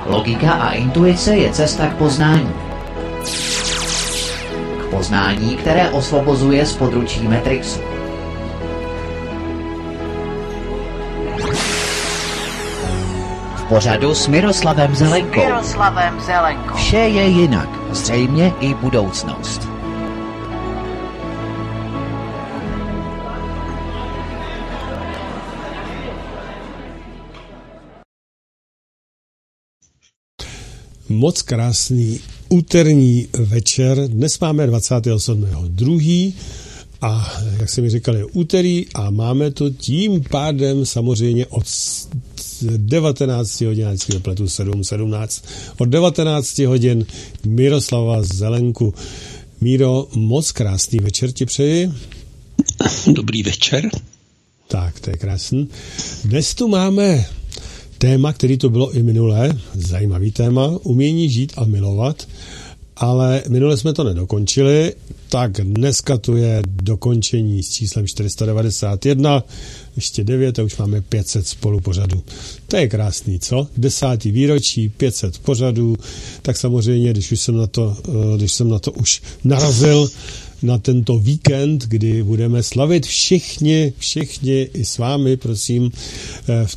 Logika a intuice je cesta k poznání. K poznání, které osvobozuje z područí Matrixu. V pořadu s Miroslavem Zelenkou. Vše je jinak, zřejmě i budoucnost. Moc krásný úterní večer. Dnes máme 27.2. a jak jsem mi říkal, je úterý a máme to tím pádem samozřejmě od 19 hodin, vždycky dopletu 7:17, od 19 hodin Miroslava Zelenku. Míro, moc krásný večer ti přeji. Dobrý večer. Tak, to je krásný. Dnes tu máme téma, který to bylo i minulé, zajímavý téma, umění žít a milovat, ale minule jsme to nedokončili, tak dneska tu je dokončení s číslem 491, ještě 9 a už máme 500 spolupořadů. To je krásný, co? 10. výročí, 500 pořadů, tak samozřejmě, když jsem na to už narazil, na tento víkend, kdy budeme slavit všichni i s vámi, prosím, v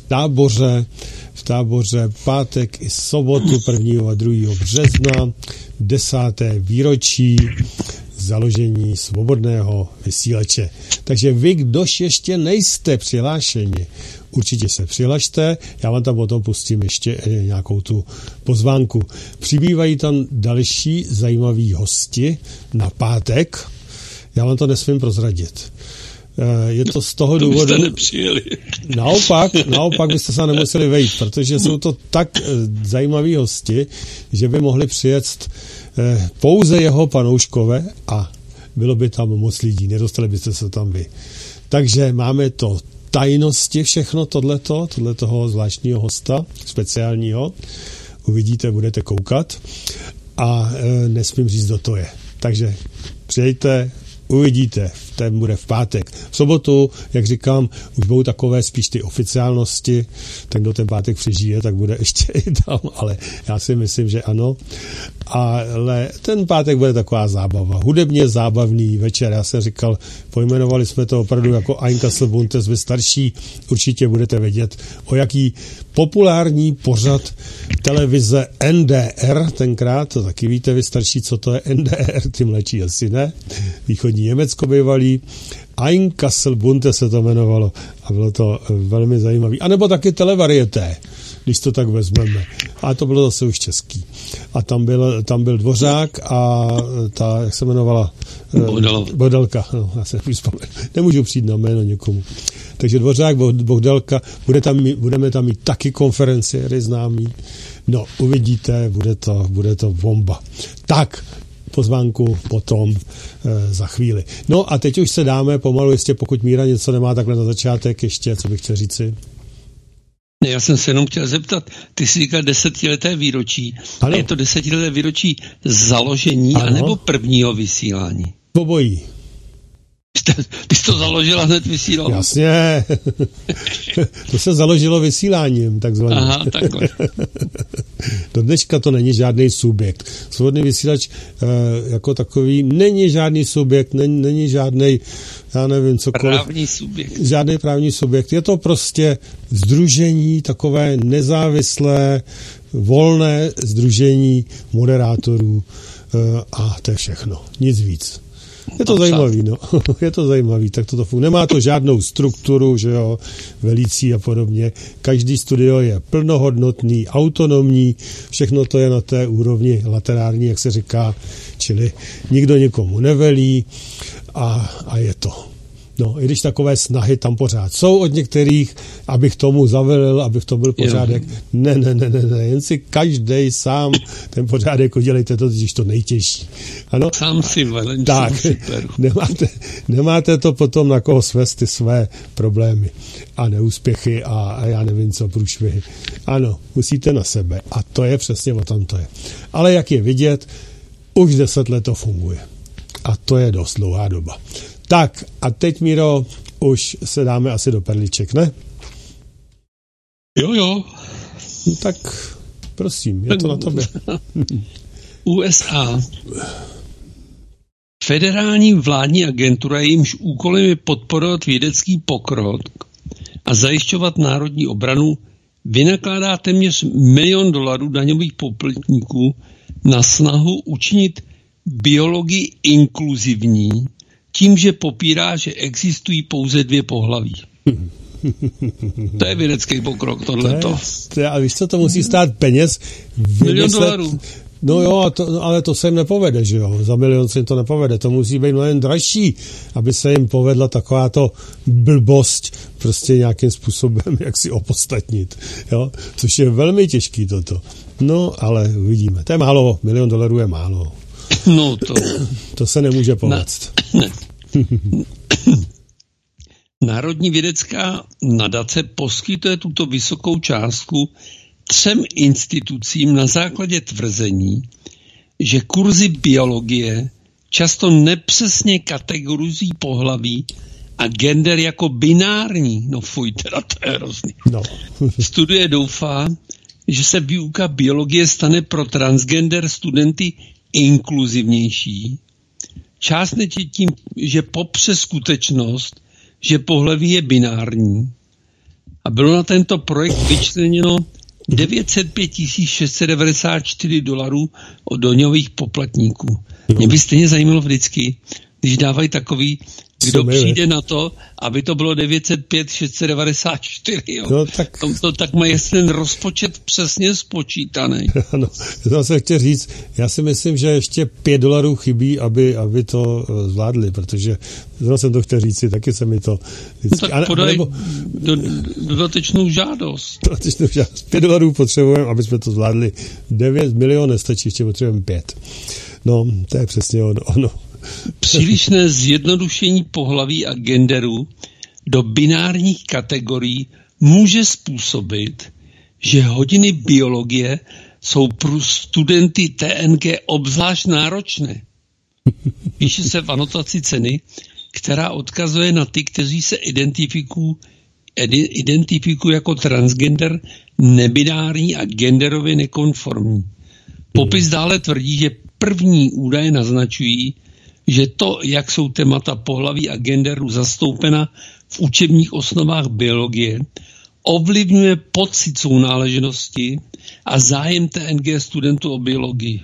táboře pátek i sobotu 1. a 2. března, 10. výročí založení svobodného vysílače. Takže vy, kdož ještě nejste přihlášeni, určitě se přihlašte, já vám tam potom pustím ještě nějakou tu pozvánku. Přibývají tam další zajímaví hosti na pátek, já vám to nesmím prozradit. Je to z toho důvodu... Byste nepřijeli. Naopak byste se nemuseli vejít, protože jsou to tak zajímaví hosti, že by mohli přijet pouze jeho panouškové a bylo by tam moc lidí, nedostali byste se tam vy. Takže máme to tajnosti všechno tohletoho zvláštního hosta, speciálního. Uvidíte, budete koukat a nesmím říct, kdo to je. Takže přijďte, uvidíte, ten bude v pátek. V sobotu, jak říkám, už budou takové spíš ty oficiálnosti, ten, kdo ten pátek přežije, tak bude ještě i tam, ale já si myslím, že ano. Ale ten pátek bude taková zábava, hudebně zábavný večer. Já jsem říkal, pojmenovali jsme to opravdu jako Einkassel-Buntes, vy starší určitě budete vědět, o jaký populární pořad televize NDR tenkrát, to taky víte vy starší, co to je NDR, ty mladší asi ne, východní Německo bývalý, Einkassel-Buntes se to jmenovalo a bylo to velmi zajímavé. A nebo taky televarieté, když to tak vezmeme. A to bylo zase už český. A tam byl Dvořák a ta, jak se jmenovala? Bohdalka. No, já se nemůžu přijít na jméno někomu. Takže Dvořák, Bohdalka, budeme tam mít taky konferenciéry známý. No, uvidíte, bude to bomba. Tak, pozvánku potom za chvíli. No a teď už se dáme pomalu, jestli pokud Míra něco nemá takhle na začátek ještě, co bych chtěl říci. Já jsem se jenom chtěl zeptat, ty jsi říkal 10leté výročí. Ano. A je to 10leté výročí založení anebo prvního vysílání? Obojí. Ty jsi to založila hned vysílal? Jasně. To se založilo vysíláním, takzvaně. Aha, takhle. Do dneška to není žádný subjekt. Svobodný vysílač jako takový není žádný subjekt, není žádný, já nevím, cokoliv. Právní subjekt. Žádný právní subjekt. Je to prostě sdružení, takové nezávislé, volné sdružení moderátorů a to je všechno. Nic víc. Je to zajímavý, no. Je to zajímavý, tak to funguje. Nemá to žádnou strukturu, že jo, velící a podobně. Každý studio je plnohodnotný, autonomní, všechno to je na té úrovni laterální, jak se říká, čili nikdo někomu nevelí a je to. No, i když takové snahy tam pořád jsou od některých, abych tomu zavelil, aby v tom byl pořádek. Ne, jen si každej sám ten pořádek udělejte, to totiž to nejtěžší. Ano? Sám si velen, tak, nemáte to potom na koho svést ty své problémy a neúspěchy a já nevím co, průšvihy. Ano, musíte na sebe a to je přesně o tom to je. Ale jak je vidět, už 10 let to funguje. A to je dost dlouhá doba. Tak a teď, Míro, už se dáme asi do perliček, ne? Jo. Tak prosím, je to na tobě. USA. Federální vládní agentura, jejímž úkolem je podporovat vědecký pokrok a zajišťovat národní obranu, vynakládá téměř $1 milion daňových poplatníků na snahu učinit biologii inkluzivní tím, že popírá, že existují pouze 2 pohlaví. To je vědecký pokrok, tohleto. A víš, co to musí stát peněz? $1 milion. No jo, ale to se jim nepovede, že jo? Za $1 milion se jim to nepovede. To musí být mnohem dražší, aby se jim povedla takováto blbost prostě nějakým způsobem, jak si opodstatnit. Jo? Což je velmi těžký toto. No, ale uvidíme. To je málo. $1 milion je málo. No to se nemůže povést. Ne. Národní vědecká nadace poskytuje tuto vysokou částku 3 institucím na základě tvrzení, že kurzy biologie často nepřesně kategorizují pohlaví a gender jako binární. No fuj, teda to je hrozný. No. Studie doufá, že se výuka biologie stane pro transgender studenty inkluzivnější. Částečně tím, že popře skutečnost, že pohlaví je binární. A bylo na tento projekt vyčleněno $905 694 od daňových poplatníků. Mě by stejně zajímalo vždycky, když dávají takový, kdo přijde na to, aby to bylo 905 694. Jo. No, tak mají ten rozpočet přesně spočítaný. Ano, to se chtěl říct. Já si myslím, že ještě $5 chybí, aby to zvládli, protože zrovna jsem to chtěl říct, taky se mi to vždycky... No tak podaj dodatečnou žádost. $5 potřebujeme, aby jsme to zvládli. 9 milionů nestačí, ještě potřebujeme 5. No, to je přesně ono. Přílišné zjednodušení pohlaví a genderu do binárních kategorií může způsobit, že hodiny biologie jsou pro studenty TNG obzvlášť náročné. Píše se v anotaci ceny, která odkazuje na ty, kteří se identifikují jako transgender, nebinární a genderově nekonformní. Popis dále tvrdí, že první údaje naznačují, že to, jak jsou témata pohlaví a genderu zastoupena v učebních osnovách biologie, ovlivňuje pocit sounáleženosti a zájem TNG studentů o biologii.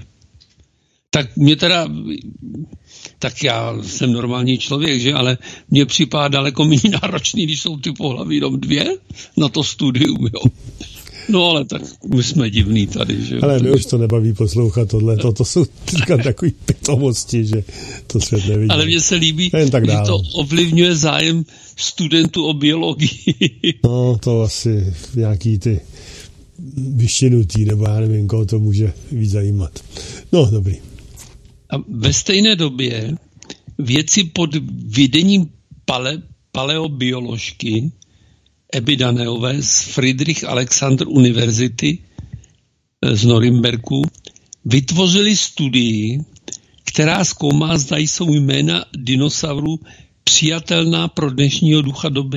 Tak já jsem normální člověk, že? Ale mně připadá daleko méně náročný, když jsou ty pohlaví jenom 2 na to studium, jo. No ale tak my jsme divný tady, že? Ale mě už to nebaví poslouchat tohle, to jsou takový pitomosti, že to svět nevidí. Ale mně se líbí, že to ovlivňuje zájem studentů o biologii. No, to asi nějaký ty vyštěnutý, nebo já nevím, koho to může víc zajímat. No, dobrý. A ve stejné době vědci pod vedením paleobioložky Abby Daneové z Friedrich Alexander Univerzity z Norimberku vytvořili studii, která zkoumá, zda jsou jména dinosaurů přijatelná pro dnešního ducha doby.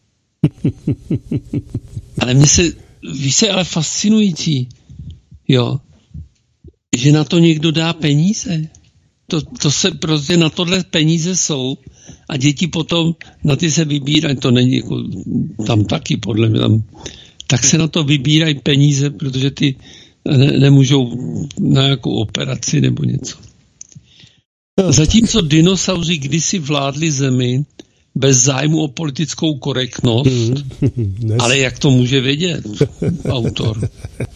Ale víš, ale fascinující, jo, že na to někdo dá peníze. To se prostě na tohle peníze jsou a děti potom na ty se vybírají, to není jako tam taky podle mě, tak se na to vybírají peníze, protože ty nemůžou na nějakou operaci nebo něco. Zatímco dinosauři kdysi vládli zemi bez zájmu o politickou korektnost, ale jak to může vědět autor?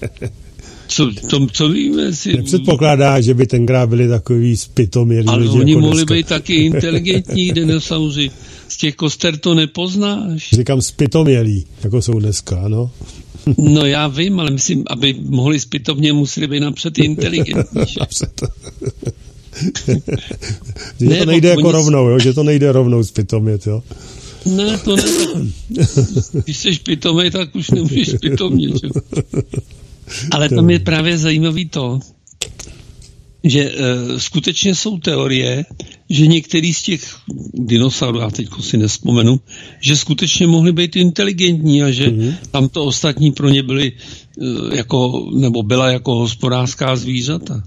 Co víme? Nepředpokládá, že by tenkrát byli takový spitomělí ale lidi. Ale oni jako mohli dneska. být taky inteligentní dinosauři. Z těch koster to nepoznáš. Říkám spitomělí, jako jsou dneska, ano. No já vím, ale myslím, aby mohli spitomě, museli být napřed inteligentní. Že to nejde jako rovnou, jo? Že to nejde rovnou spitomět, jo? Ne, to ne. Když jsi pitomej, tak už nemůžeš pitomnit. Ale tam je právě zajímavý to, že skutečně jsou teorie, že některý z těch dinosaurů, já teď si nespomenu, že skutečně mohli být inteligentní a že tam to ostatní pro ně byly byla jako hospodářská zvířata.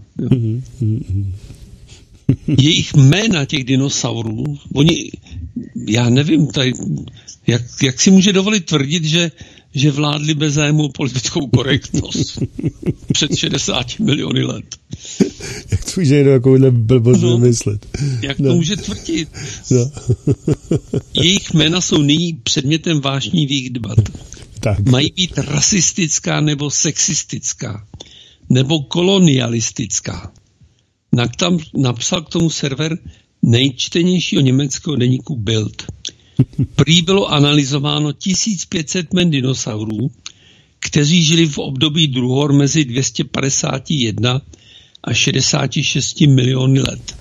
Jejich jména těch dinosaurů, já nevím, jak si může dovolit tvrdit, že vládli bez zájmu o politickou korektnost před 60 miliony let. Jak to může jenom takovouhle blbost vymyslet? Jak to může tvrdit? No. Jejich jména jsou nyní předmětem vášnivých debat. Tak. Mají být rasistická nebo sexistická nebo kolonialistická. Tam napsal k tomu server nejčtenějšího německého deníku Bild. Prý bylo analyzováno 1500 jmen dinosaurů, kteří žili v období druhohor mezi 251 a 66 miliony let.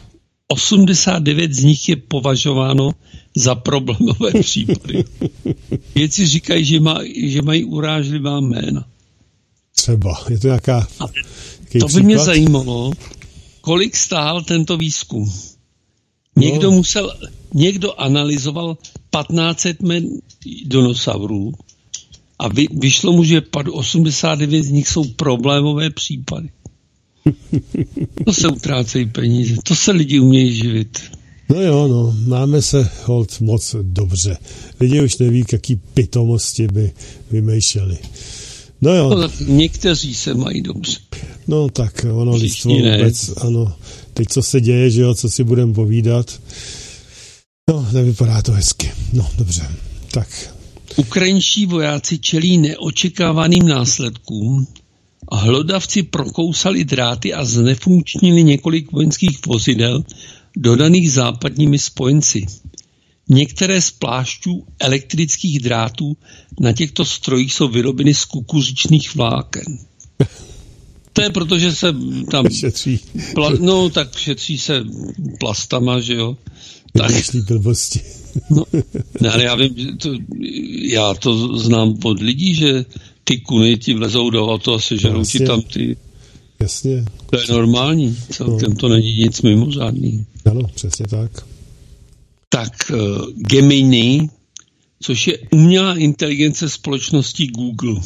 89 z nich je považováno za problémové případy. Vědci říkají, že mají urážlivá jména. Třeba. Je to nějaká... To by mě zajímalo, kolik stál tento výzkum. Někdo analyzoval 1500 jmen dinosaurů a vyšlo mu, že 89 z nich jsou problémové případy. To se utrácejí peníze, to se lidi umějí živit. No, máme se holt moc dobře. Lidi už neví, jaký pitomosti by vymýšleli. No jo. Někteří se mají dobře. No tak ono lidstvo vůbec, ano. Teď co se děje, že jo, co si budeme povídat. No, nevypadá to hezky. No, dobře. Tak. Ukrajinští vojáci čelí neočekávaným následkům a hlodavci prokousali dráty a znefunkčnili několik vojenských vozidel dodaných západními spojenci. Některé z plášťů elektrických drátů na těchto strojích jsou vyrobeny z kukuřičných vláken. To je proto, že se tam... Šetří. Tak šetří se plastama, že jo. Vymýšlí blbosti. No, ne, ale já to znám od lidí, že ty kuny ti vlezou do auto a sežerou ti tam ty... Jasně. To je normální, celkem to není nic mimořádný. Ano, přesně tak. Tak Gemini, což je umělá inteligence společnosti Google.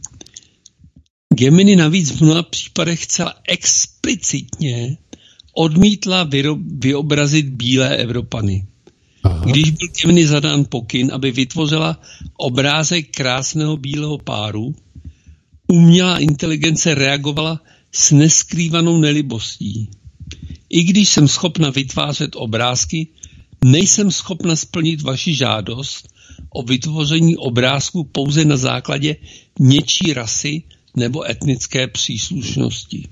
Gemini navíc v mnoha případech zcela explicitně odmítla vyobrazit bílé Evropany. Aha. Když byl Gemini zadán pokyn, aby vytvořila obrázek krásného bílého páru, umělá inteligence reagovala s neskrývanou nelibostí. I když jsem schopna vytvářet obrázky, nejsem schopna splnit vaši žádost o vytvoření obrázku pouze na základě něčí rasy nebo etnické příslušnosti.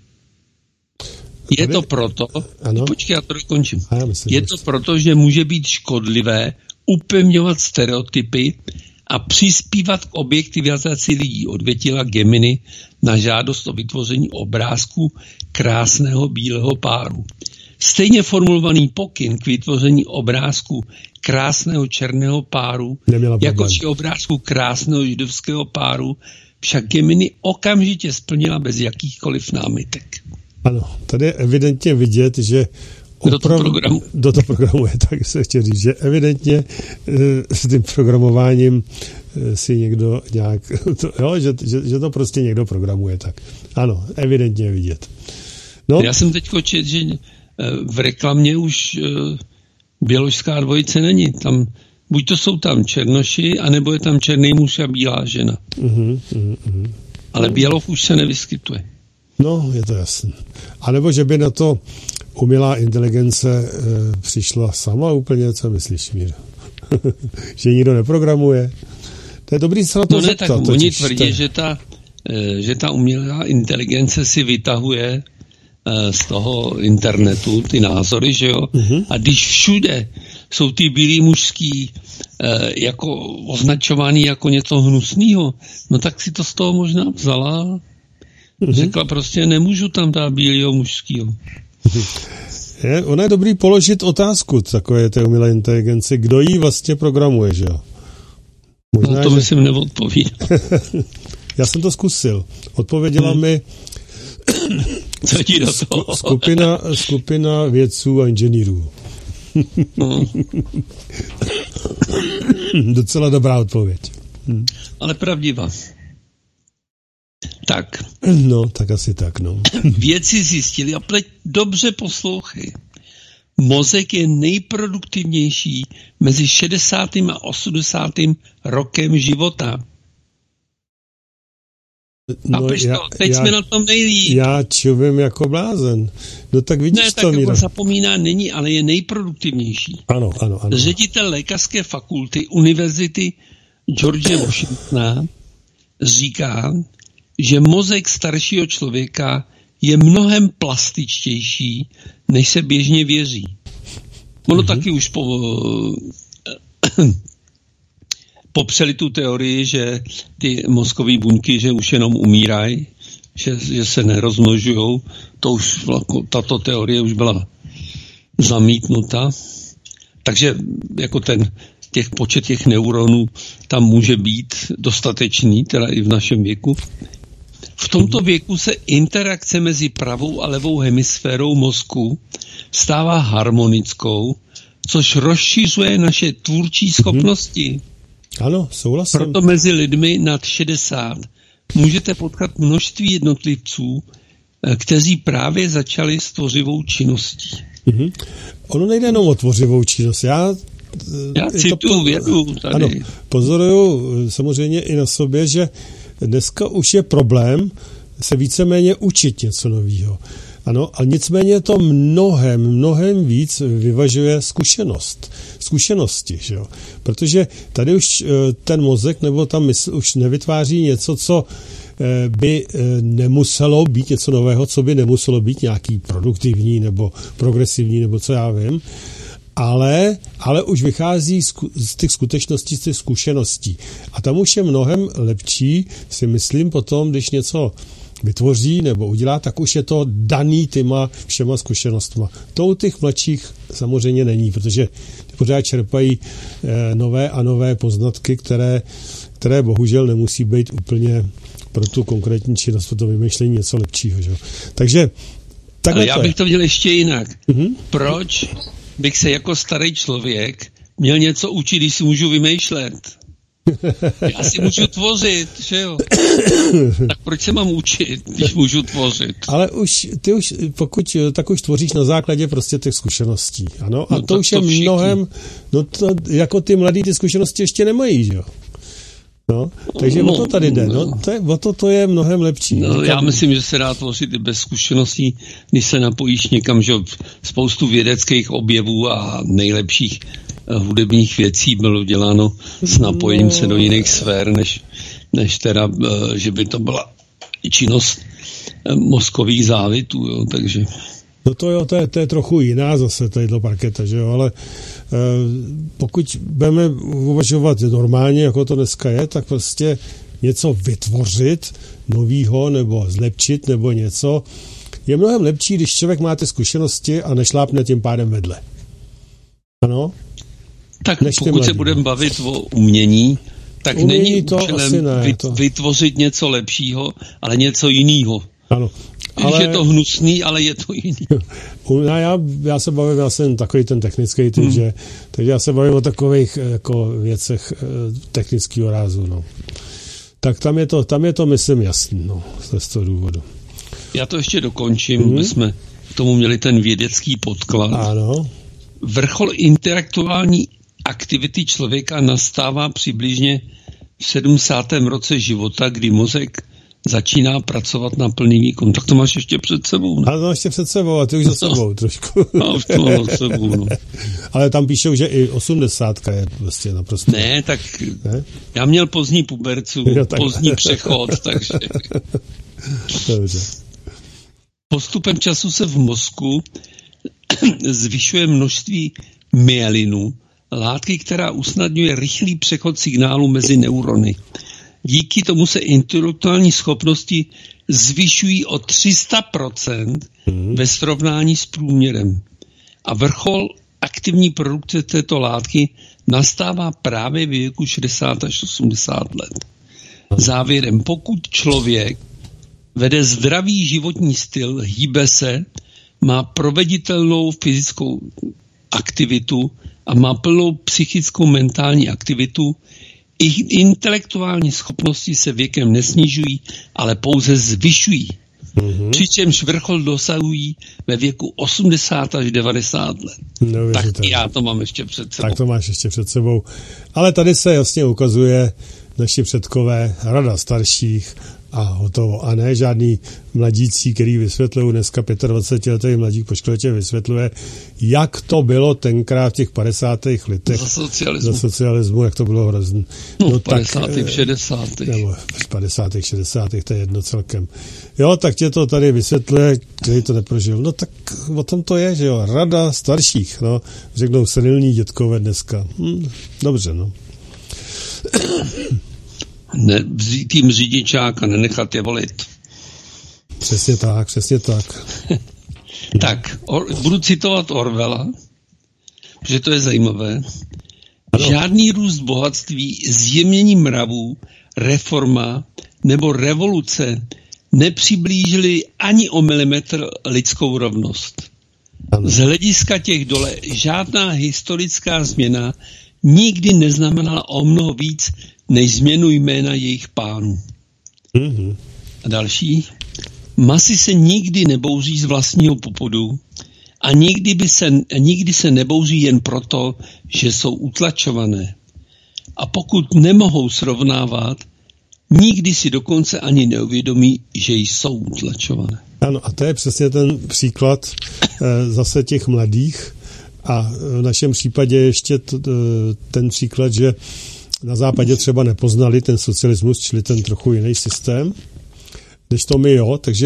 Je to proto, počkej, já to dokončím. Je to proto, že může být škodlivé upevňovat stereotypy a přispívat k objektivizaci lidí, odvětila Gemini na žádost o vytvoření obrázku krásného bílého páru. Stejně formulovaný pokyn k vytvoření obrázku krásného černého páru, jakož i obrázku krásného židovského páru, však Gemini okamžitě splnila bez jakýchkoliv námitek. Ano, tady je evidentně vidět, že do toho programuje, tak se chtěl říct, že evidentně s tím programováním si někdo nějak, že to prostě někdo programuje tak. Ano, evidentně vidět. No. Já jsem teď četl, že v reklamě už běložská dvojice není. Tam, buď to jsou tam černoši, anebo je tam černý muž a bílá žena. Ale běloch už se nevyskytuje. No, je to jasné. A nebo že by na to umělá inteligence přišla sama úplně, co myslíš, Míro? Že nikdo neprogramuje? To je dobrý se na to zeptat. Tak oni tvrdí, že ta umělá inteligence si vytahuje z toho internetu ty názory, že jo? A když všude jsou ty bílí mužský jako označovaný jako něco hnusného, no tak si to z toho možná vzala. Řekla prostě, nemůžu tam dát bílého mužskýho. Ono je dobrý položit otázku takové té umělé inteligenci, kdo jí vlastně programuje, že jo? Možná, to myslím neodpovídá. Já jsem to zkusil. Odpověděla mi co ti do toho? skupina vědců a inženýrů. No. Docela dobrá odpověď. Ale pravdivá. Tak. No, tak asi tak, no. Vědci zjistili, a dobře poslouchej, mozek je nejproduktivnější mezi 60. a 80. rokem života. No, teď jsme na tom nejlíp. Já čuvím jako blázen. No tak vidíš ne, to, tak Míro. jako zapomíná není, ale je nejproduktivnější. Ano. Ředitel lékařské fakulty Univerzity George Washingtona říká, že mozek staršího člověka je mnohem plastičtější, než se běžně věří. Ono taky už popřeli tu teorii, že ty mozkové buňky, že už jenom umírají, že se nerozmnožujou. Tato teorie už byla zamítnuta. Takže jako počet těch neuronů tam může být dostatečný, teda i v našem věku. V tomto věku se interakce mezi pravou a levou hemisférou mozku stává harmonickou, což rozšiřuje naše tvůrčí schopnosti. Ano, souhlasím. Proto mezi lidmi nad 60 můžete potkat množství jednotlivců, kteří právě začali s tvořivou činností. Ono nejde jenom o tvořivou činnost. Já cituju vědu tady. Ano, pozoruju samozřejmě i na sobě, že dneska už je problém se víceméně učit něco nového. Ano, a nicméně to mnohem víc vyvažuje zkušenosti, že jo? Protože tady už ten mozek nebo ta mysl už nevytváří něco, co by nemuselo být něco nového, co by nemuselo být nějaký produktivní nebo progresivní, nebo co já vím, ale už vychází z těch skutečností, z těch zkušeností. A tam už je mnohem lepší, si myslím, potom, když něco vytvoří nebo udělá, tak už je to daný těma všema zkušenostma. To u těch mladších samozřejmě není, protože ty pořád čerpají nové a nové poznatky, které bohužel nemusí být úplně pro tu konkrétní činnost, pro to vymýšlení něco lepšího. Že? Takže ale já bych to viděl ještě jinak. Proč bych se jako starý člověk měl něco učit, když si můžu vymýšlet? Já si můžu tvořit, že jo? Tak proč se mám učit, když můžu tvořit? Ale ty už, pokud tak už tvoříš na základě prostě těch zkušeností, ano? A no, to už je mnohem, jako ty mladí ty zkušenosti ještě nemají, že jo? No, takže o to tady jde, to je mnohem lepší. No, já myslím, že se dá tvořit i bez zkušeností, když se napojíš někam, že spoustu vědeckých objevů a nejlepších hudebních věcí bylo děláno s napojením se do jiných sfér, než teda, že by to byla činnost mozkových závitů, jo, takže... No to je trochu jiná zase, tadyto parketa, že jo, ale pokud budeme uvažovat normálně, jako to dneska je, tak prostě něco vytvořit novýho, nebo zlepšit, nebo něco, je mnohem lepší, když člověk má ty zkušenosti a nešlápne tím pádem vedle. Ano? Tak pokud se budeme bavit o umění, tak není účelem vytvořit něco lepšího, ale něco jiného. Ano. Ale... Je to hnusný, ale je to jiný. Já se bavím, já jsem takový ten technický typ, takže já se bavím o takových jako věcech technického rázu. No. Tak tam je to, myslím, jasný, z toho důvodu. Já to ještě dokončím, my jsme k tomu měli ten vědecký podklad. Ano. Vrchol intelektuální aktivity člověka nastává přibližně v 70. roce života, kdy mozek začíná pracovat na plný výkon. Tak to máš ještě před sebou. Ne? A to ještě před sebou, a ty už za sebou trošku. No, už to mám za sebou, no. Ale tam píšou, že i 80 je prostě naprosto... Ne, tak ne? Já měl pozdní pubercu, pozdní přechod, takže... Dobře. Postupem času se v mozku zvyšuje množství myelinu, látky, která usnadňuje rychlý přechod signálu mezi neurony. Díky tomu se intelektuální schopnosti zvyšují o 300% ve srovnání s průměrem. A vrchol aktivní produkce této látky nastává právě v věku 60 až 80 let. Závěrem, pokud člověk vede zdravý životní styl, hýbe se, má proveditelnou fyzickou aktivitu a má plnou psychickou mentální aktivitu. Ich intelektuální schopnosti se věkem nesnižují, ale pouze zvyšují. Přičemž vrchol dosahují ve věku 80 až 90 let. Tak já to mám ještě před sebou. Tak to máš ještě před sebou. Ale tady se jasně ukazuje naši předkové, rada starších a hotovo. A ne žádný mladící, který vysvětlují dneska 25letý mladík po škole vysvětluje, jak to bylo tenkrát v těch 50. letech. Za socialismu, jak to bylo hrozný. No 50. 60. Nebo v 50. 60. to je jedno celkem. Jo, tak tě to tady vysvětluje, který to neprožil. No tak o tom to je, že jo. Rada starších, no. Řeknou senilní dětkové dneska. Dobře, no. Vzít jim řidičák a nenechat je volit. Přesně tak, přesně tak. Tak, budu citovat Orwella, protože to je zajímavé. Ano. Žádný růst bohatství, zjemnění mravů, reforma nebo revoluce nepřiblížily ani o milimetr lidskou rovnost. Ano. Z hlediska těch dole žádná historická změna nikdy neznamenala o mnoho víc než změnu jména jejich pánů. A další. Masy se nikdy nebouří z vlastního popudu a nikdy se nebouří jen proto, že jsou utlačované. A pokud nemohou srovnávat, nikdy si dokonce ani neuvědomí, že jsou utlačované. Ano, a to je přesně ten příklad zase těch mladých a v našem případě ještě ten příklad, že na západě třeba nepoznali ten socialismus, čili ten trochu jiný systém, než to my, jo, takže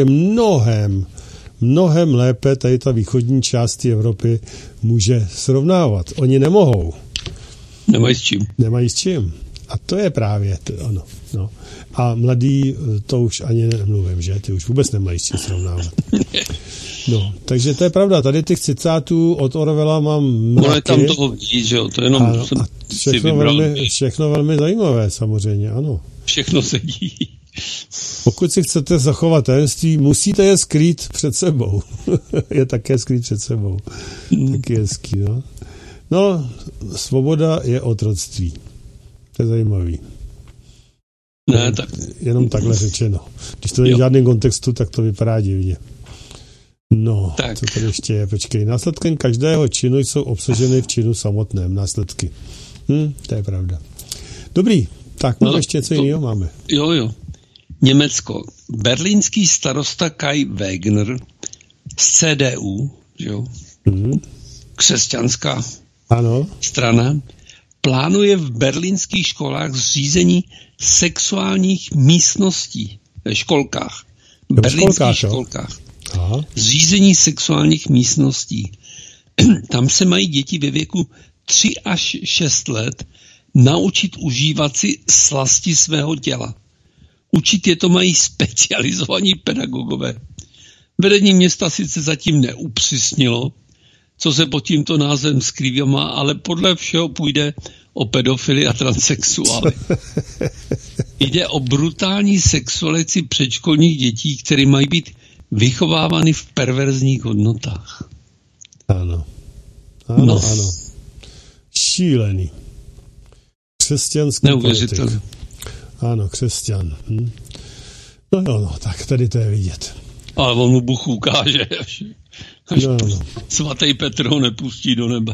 mnohem lépe tady ta východní část Evropy může srovnávat. Oni nemohou. Nemají s čím. A to je právě ono. No. A mladí, to už ani nemluvím, že? Ty už vůbec nemají s čím srovnávat. No, takže to je pravda. Tady těch citátů od Orwella mám mraky. No je tam toho víc, že jo? To jenom ano, všechno velmi zajímavé, samozřejmě, ano. Všechno sedí. Pokud si chcete zachovat tajemství, musíte je skrýt před sebou. Je také skrýt před sebou. Taky hezký, no. No, svoboda je otroctví. To je zajímavý. Ne, tak. Jenom takhle řečeno. Když to není v žádném kontextu, tak to vypadá divně. No, tak. Co tady ještě je? Počkej. Následkem každého činu jsou obsaženy v činu samotném. Následky. To je pravda. Dobrý. Tak, máme ještě něco jiného? Máme. Jo. Německo. Berlínský starosta Kai Wegner z CDU, jo? Křesťanská strana, plánuje v berlínských školách zřízení sexuálních místností ve školkách. V berlínských školkách. Aha. Zřízení sexuálních místností. Tam se mají děti ve věku 3 až 6 let naučit užívat si slasti svého těla. Učit je to mají specializovaní pedagogové. Vedení města sice zatím neupřesnilo, co se pod tímto názvem skrývá, ale podle všeho půjde o pedofily a transsexuály. Jde o brutální sexualizaci předškolních dětí, které mají být vychovávány v perverzních hodnotách. Ano. Šílený. Křesťanský politik. Ano, křesťan. No, tak tady to je vidět. Ale on mu Bůh ukáže, až svatý Petr ho nepustí do nebe.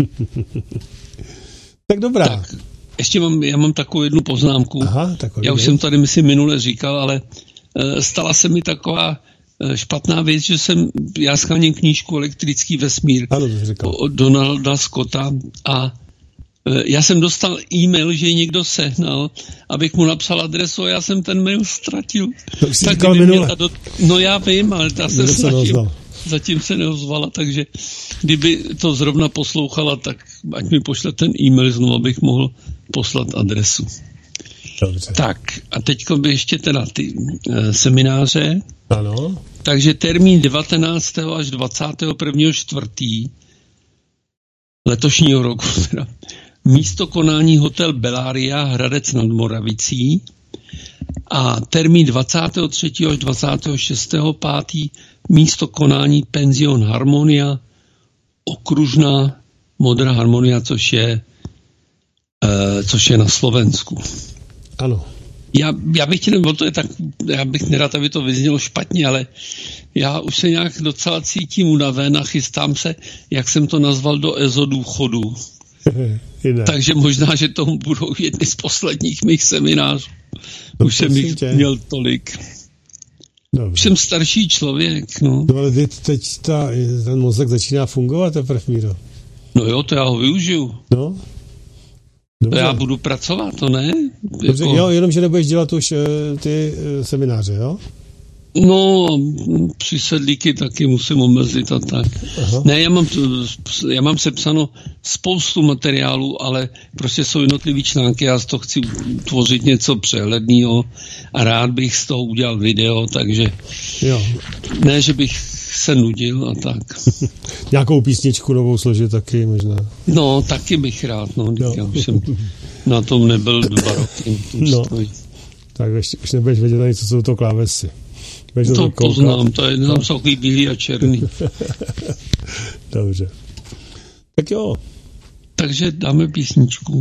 Tak dobrá. Tak, ještě já mám takovou jednu poznámku. Aha, já už jsem tady, myslím, minule říkal, ale stala se mi taková špatná věc, že já scháním knížku Elektrický vesmír od Donalda Scotta a já jsem dostal e-mail, že ji někdo sehnal, abych mu napsal adresu a já jsem ten mail ztratil. Tak minule. No já vím, ale ta se zatím se neozvala, takže kdyby to zrovna poslouchala, tak ať mi pošle ten e-mail znovu, abych mohl poslat adresu. Dobře. Tak a teďko by ještě teda ty semináře. Ano. Takže termín 19. až 21. 4. letošního roku. Teda. Místo konání hotel Bellaria Hradec nad Moravicí a termín 23. až 26. 5. místo konání penzion Harmonia Okružná Modrá harmonia, což je na Slovensku. Ano. Já bych nerad, aby to vyznělo špatně, ale já už se nějak docela cítím unaven a chystám se, jak jsem to nazval, do EZO-důchodu. Takže možná, že tomu budou jedny z posledních mých seminářů. Už jsem jich měl tolik. Dobře. Už jsem starší člověk, no. No ale teď ten mozek začíná fungovat teprve, Míro. No jo, to já ho využiju. No. Dobře. To já budu pracovat, to ne? Dobře, jo, jenom, že nebudeš dělat už ty semináře, jo? No, přísedlíky taky musím omezit a tak. Aha. Ne, já mám sepsáno spoustu materiálů, ale prostě jsou jednotlivý články, já z toho chci tvořit něco přehledného a rád bych z toho udělal video, takže jo. Ne, že bych se nudil a tak. Nějakou písničku novou složit taky možná. No, taky bych rád, no. Já už jsem na tom nebyl 2 roky. No, tak už nebudeš vědět ani, co jsou to klávesy. To poznám, to je tam jsou takový bílý a černý. Dobře. Tak jo. Takže dáme písničku.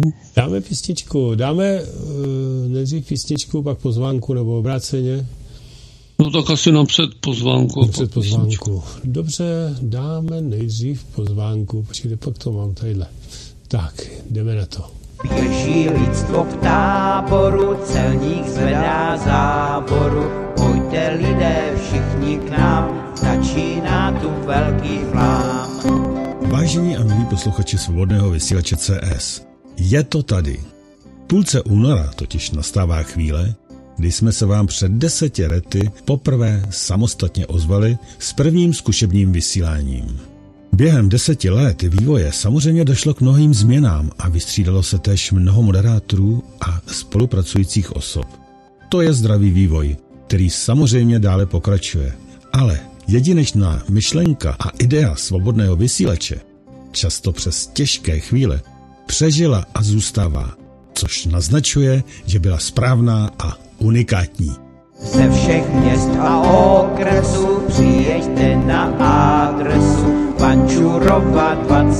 Dáme nejdřív písničku, pak pozvánku nebo obráceně. No tak asi napřed pozvánku. Napřed pozvánku. Dobře, dáme nejdřív pozvánku. Počkejte, pak to mám tadyhle. Tak, jdeme na to. Běží lidstvo k táboru, celník zvedá záboru. Pojďte lidé všichni k nám, začíná tu velký flám. Vážení a milí posluchači Svobodného vysílače CS, je to tady. V půlce února totiž nastává chvíle, kdy jsme se vám před 10 lety poprvé samostatně ozvali s prvním zkušebním vysíláním. Během 10 let vývoje samozřejmě došlo k mnohým změnám a vystřídalo se též mnoho moderátorů a spolupracujících osob. To je zdravý vývoj, který samozřejmě dále pokračuje. Ale jedinečná myšlenka a idea Svobodného vysílače, často přes těžké chvíle, přežila a zůstává, což naznačuje, že byla správná a unikátní. Ze všech měst a okresů přijeďte na adresu Vančurova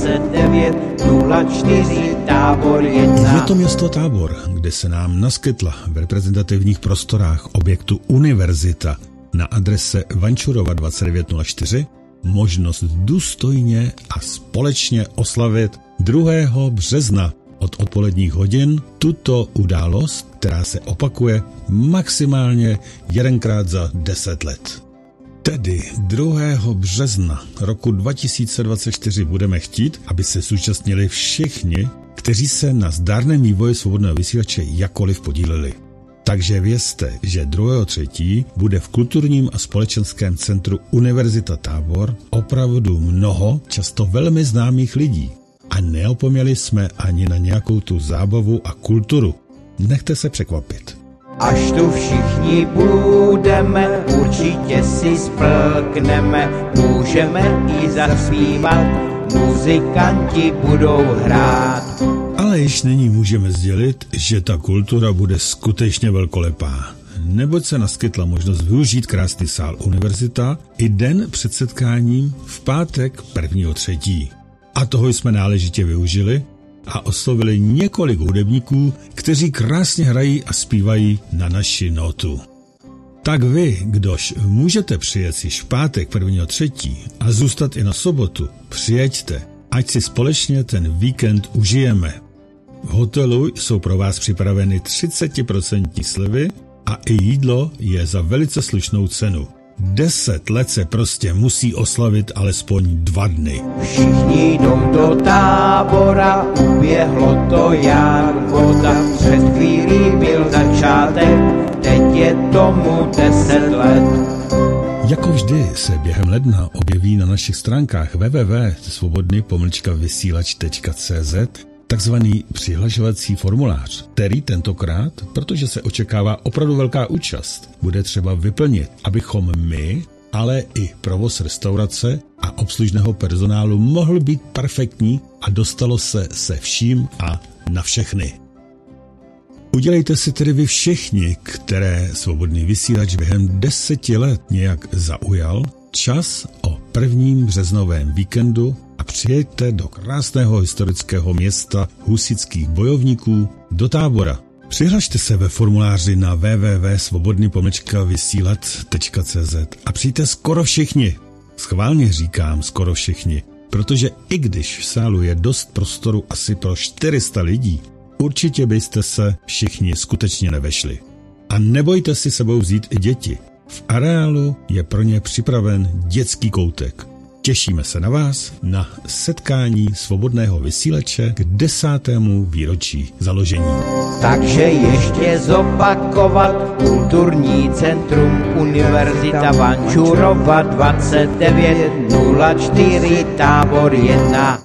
2904 Tábor 1. Je to město Tábor, kde se nám naskytla v reprezentativních prostorách objektu Univerzita na adrese Vančurova 2904 možnost důstojně a společně oslavit 2. března od odpoledních hodin tuto událost, která se opakuje maximálně 1krát za 10 let. Tedy 2. března roku 2024 budeme chtít, aby se zúčastnili všichni, kteří se na zdárném vývoji Svobodného vysílače jakkoliv podíleli. Takže vězte, že 2.3. bude v kulturním a společenském centru Univerzita Tábor opravdu mnoho, často velmi známých lidí. A neopomněli jsme ani na nějakou tu zábavu a kulturu. Nechte se překvapit. Až tu všichni budeme, určitě si splkneme, můžeme i zaspívat, muzikanti budou hrát. Ale již nyní můžeme sdělit, že ta kultura bude skutečně velkolepá. Neboť se naskytla možnost využít krásný sál Univerzita i den před setkáním v pátek 1.3. A toho jsme náležitě využili a oslovili několik hudebníků, kteří krásně hrají a zpívají na naši notu. Tak vy, kdož můžete přijet již v pátek 1.3. a zůstat i na sobotu, přijeďte, ať si společně ten víkend užijeme. V hotelu jsou pro vás připraveny 30% slevy a i jídlo je za velice slušnou cenu. 10 let se prostě musí oslavit alespoň 2 dny. Všichni jdou do Tábora, uběhlo to jak voda. Před chvílí byl začátek, teď je tomu 10 let. Jako vždy se během ledna objeví na našich stránkách www.svobodny-vysílač.cz takzvaný přihlašovací formulář, který tentokrát, protože se očekává opravdu velká účast, bude třeba vyplnit, abychom my, ale i provoz restaurace a obslužného personálu mohl být perfektní a dostalo se vším a na všechny. Udělejte si tedy vy všichni, které Svobodný vysílač během 10 let nějak zaujal, čas o 1. březnovém víkendu a přijeďte do krásného historického města husitských bojovníků do Tábora. Přihlašte se ve formuláři na www.svobodny-vysílat.cz a přijďte skoro všichni. Schválně říkám skoro všichni, protože i když v sálu je dost prostoru asi pro 400 lidí, určitě byste se všichni skutečně nevešli. A nebojte si sebou vzít i děti. V areálu je pro ně připraven dětský koutek. Těšíme se na vás na setkání Svobodného vysílače k 10. výročí založení. Takže ještě zopakovat: Kulturní centrum Univerzita Vančurova 2904 Tábor 1.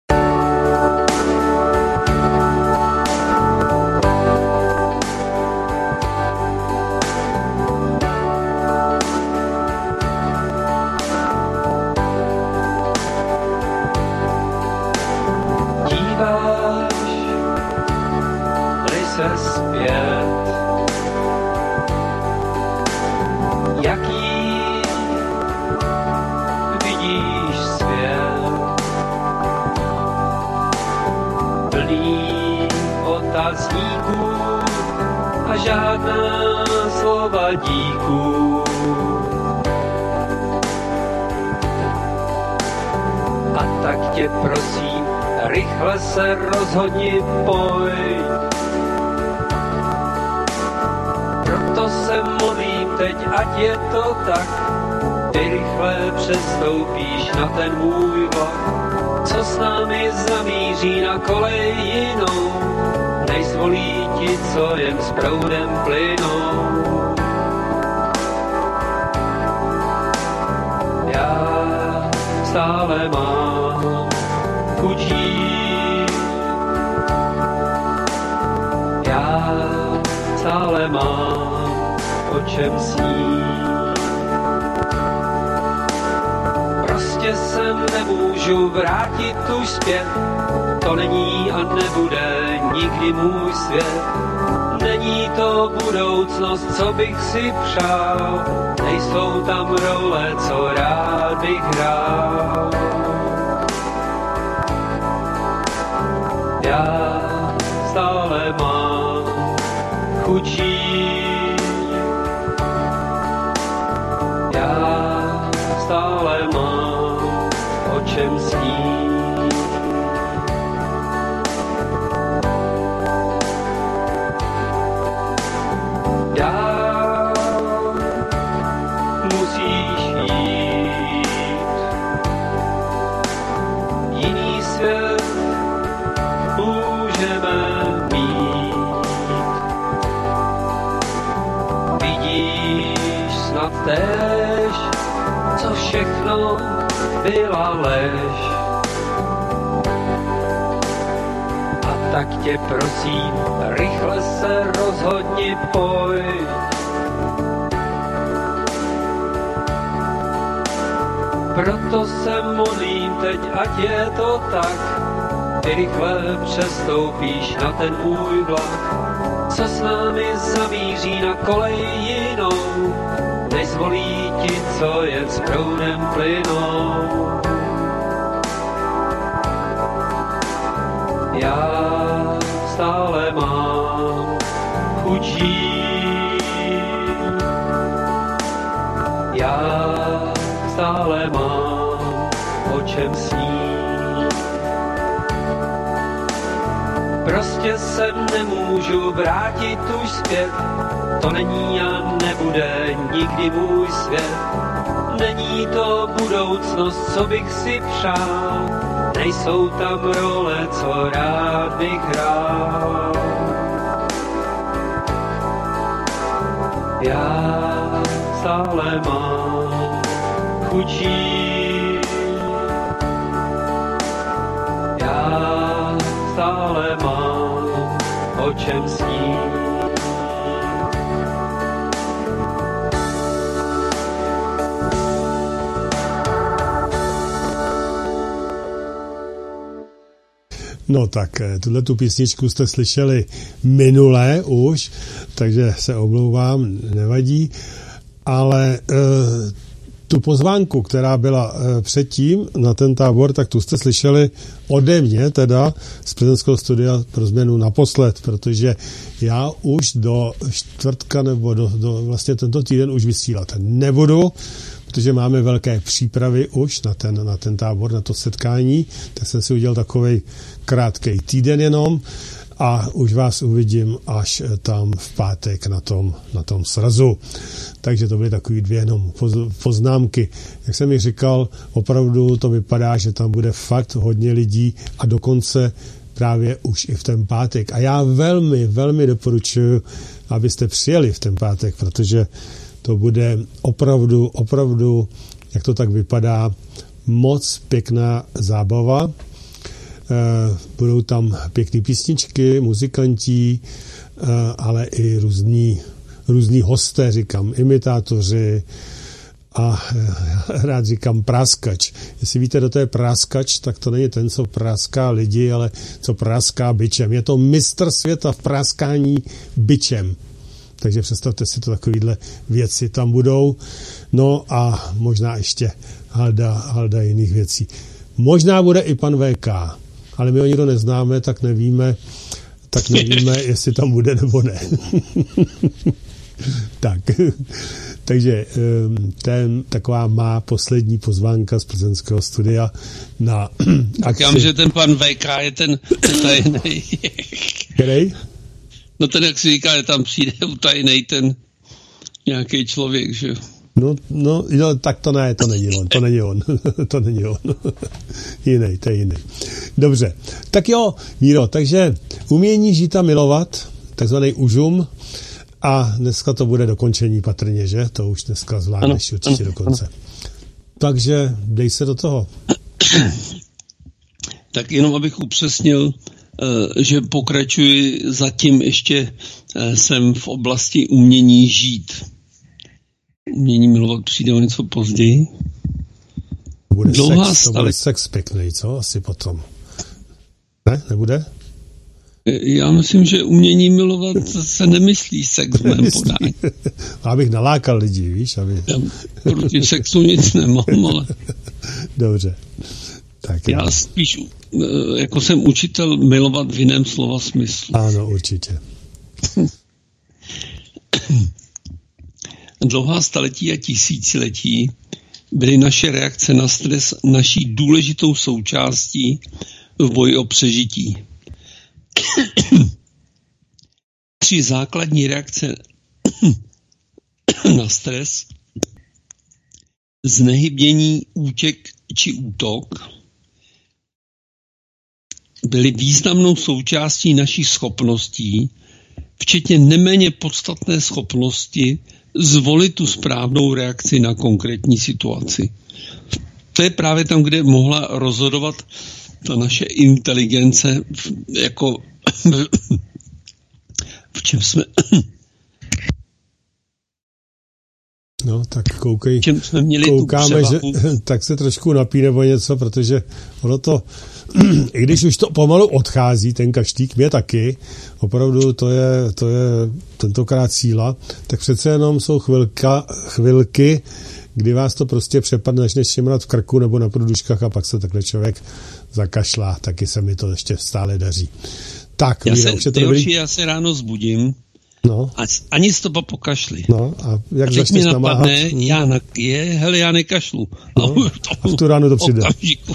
Prosím, rychle se rozhodni, pojď. Proto se modlím teď, ať je to tak. Ty rychle přestoupíš na ten můj vlak, co s námi zamíří na kolej jinou. Nejsvolí ti, co jen s proudem plynou. Já stále mám chudí. Já stále mám o čem snít. Prostě se nemůžu vrátit už zpět. To není a nebude nikdy můj svět. Není to budoucnost, co bych si přál. Nejsou tam role, co rád bych hrál. Já stále mám chudí. Já stále mám o čem snít. Dál musíš jít. Jiný svět můžeme mít. Vidíš snad též, co všechno byla lež. A tak tě prosím, rychle se rozhodni, pojď. Proto se modlím teď, ať je to tak. Ty rychle přestoupíš na ten můj vlak, co s námi zamíří na kolej jinou. Nezvolí ti, co jen s proudem plynou. Já stále mám chudí. Já stále mám o čem snít. Prostě se nemůžu vrátit už zpět. To není a nebude nikdy můj svět. Není to budoucnost, co bych si přál. Nejsou tam role, co rád bych hrál. Já stále mám chudí. Já stále mám o čem snít. No tak, tu písničku jste slyšeli minule už, takže se omlouvám, nevadí, ale tu pozvánku, která byla předtím na ten tábor, tak tu jste slyšeli ode mě, teda z prezidentského studia pro změnu naposled, protože já už do čtvrtka nebo do vlastně tento týden už vysílat nebudu, protože máme velké přípravy už na ten tábor, na to setkání, tak jsem si udělal takovej krátkej týden jenom a už vás uvidím až tam v pátek na tom srazu. Takže to byly takový 2 jenom poznámky. Jak jsem mi říkal, opravdu to vypadá, že tam bude fakt hodně lidí a dokonce právě už i v ten pátek. A já velmi, velmi doporučuji, abyste přijeli v ten pátek, protože to bude opravdu, jak to tak vypadá, moc pěkná zábava. Budou tam pěkné písničky, muzikanti, ale i různí hosté, říkám, imitátoři a rád říkám práskač. Jestli víte, kdo to je práskač, tak to není ten, co práská lidi, ale co práská bičem. Je to mistr světa v práskání bičem. Takže představte si to, takovýhle věci tam budou. No a možná ještě halda jiných věcí. Možná bude i pan VK, ale my ho nikdo neznáme, tak nevíme, jestli tam bude nebo ne. Takže taková má poslední pozvánka z prezidentského studia na akci. Tak já myslím, že ten pan VK je ten utajený. Který? No ten, jak si říká, že tam přijde utajený ten nějaký člověk, že No, tak to není on. To není on. Jiný, to je jiný. Dobře. Tak jo, Míro, takže umění žít a milovat, takzvaný užum, a dneska to bude dokončení patrně, že? To už dneska zvládneš určitě do konce. Takže dej se do toho. Tak jenom abych upřesnil, že pokračuji zatím ještě jsem v oblasti umění žít. Umění milovat přijde o něco později. To bude sex pěkný, co? Asi potom. Ne? Nebude? Já myslím, že umění milovat se nemyslí sex v mém podání. Abych nalákal lidi, víš? Já proti sexu nic nemám, ale... Dobře. Tak já spíš, jako jsem učitel, milovat v jiném slova smyslu. Ano, určitě. Dlouhá staletí a tisíciletí byly naše reakce na stres naší důležitou součástí v boji o přežití. 3 základní reakce na stres: znehybnění, útěk či útok, byly významnou součástí našich schopností, včetně neméně podstatné schopnosti zvolit tu správnou reakci na konkrétní situaci. To je právě tam, kde mohla rozhodovat ta naše inteligence, jako v čem jsme... No, tak koukáme, že tak se trošku napí nebo něco, protože ono to, i když už to pomalu odchází, ten kaštík, mě taky, opravdu to je tentokrát síla, tak přece jenom jsou chvilky, kdy vás to prostě přepadne, začne šimrat v krku nebo na průduškách a pak se takhle člověk zakašlá, taky se mi to ještě stále daří. Tak, já se ráno zbudím, no. A ani stopa po kašli. No, a jak teď mi napadne, já nekašlu. No, a v tu ránu to přijde.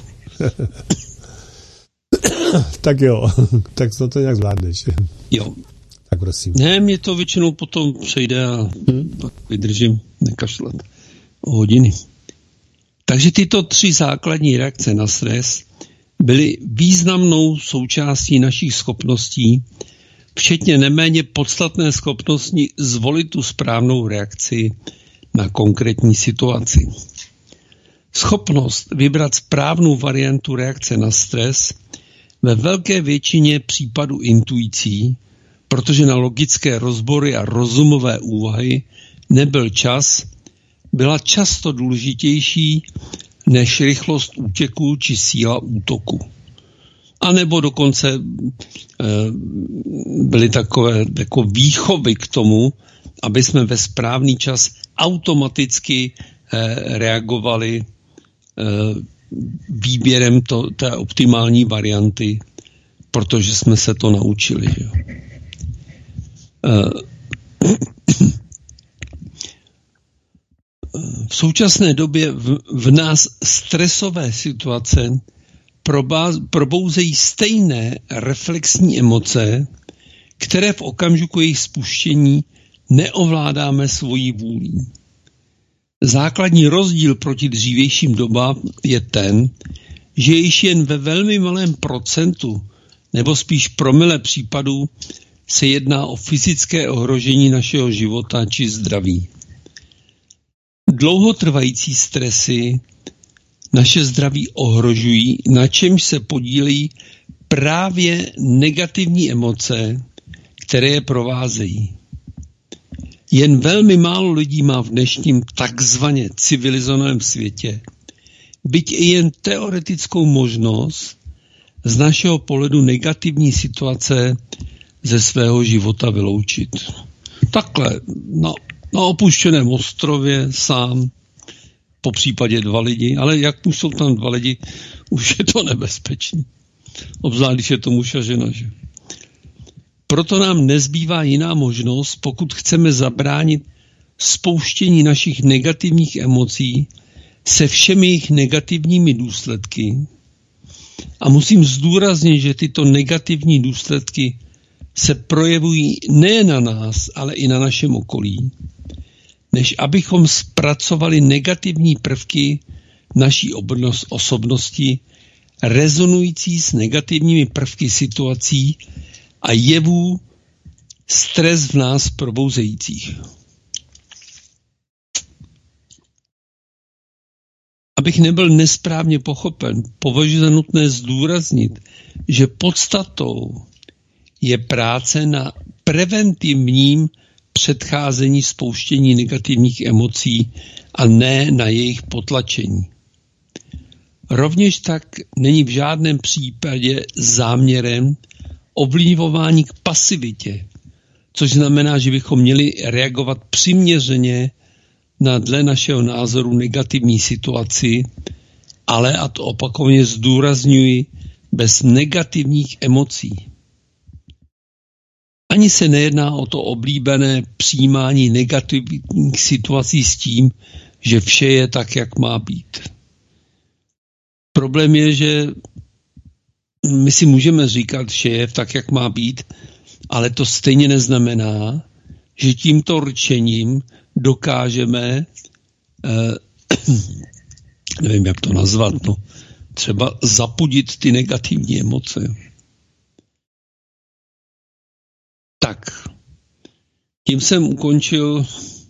Tak jo, tak to nějak zvládneš. Jo. Tak prosím. Ne, mě to většinou potom přejde a pak vydržím nekašlat hodiny. Takže tyto 3 základní reakce na stres byly významnou součástí našich schopností, včetně neméně podstatné schopnosti zvolit tu správnou reakci na konkrétní situaci. Schopnost vybrat správnou variantu reakce na stres ve velké většině případů intuicí, protože na logické rozbory a rozumové úvahy nebyl čas, byla často důležitější než rychlost útěku či síla útoku. A nebo dokonce byly takové jako výchovy k tomu, aby jsme ve správný čas automaticky reagovali výběrem té optimální varianty, protože jsme se to naučili. Že? V současné době v nás stresové situace probouzejí stejné reflexní emoce, které v okamžiku jejich spuštění neovládáme svojí vůlí. Základní rozdíl proti dřívějším dobám je ten, že již jen ve velmi malém procentu, nebo spíš promile případů, se jedná o fyzické ohrožení našeho života či zdraví. Dlouhotrvající stresy naše zdraví ohrožují, na čemž se podílejí právě negativní emoce, které je provázejí. Jen velmi málo lidí má v dnešním takzvaně civilizovaném světě byť i jen teoretickou možnost z našeho pohledu negativní situace ze svého života vyloučit. Takhle na opuštěném ostrově sám, po případě 2 lidi, ale jak už jsou tam 2 lidi, už je to nebezpečné. Obzvlášť, když je to muž a žena. Že? Proto nám nezbývá jiná možnost, pokud chceme zabránit spouštění našich negativních emocí se všemi jejich negativními důsledky. A musím zdůraznit, že tyto negativní důsledky se projevují nejen na nás, ale i na našem okolí, než abychom zpracovali negativní prvky naší osobnosti, rezonující s negativními prvky situací a jevů stres v nás probouzejících. Abych nebyl nesprávně pochopen, považuji za nutné zdůraznit, že podstatou je práce na preventivním předcházení spouštění negativních emocí a ne na jejich potlačení. Rovněž tak není v žádném případě záměrem ovlivňování k pasivitě, což znamená, že bychom měli reagovat přiměřeně na dle našeho názoru negativní situaci, ale, a to opakovaně zdůrazňuji, bez negativních emocí. Ani se nejedná o to oblíbené přijímání negativních situací s tím, že vše je tak, jak má být. Problém je, že my si můžeme říkat, že je tak, jak má být, ale to stejně neznamená, že tímto rčením dokážeme, nevím, jak to nazvat, třeba zapudit ty negativní emoce. Tak, tím jsem ukončil,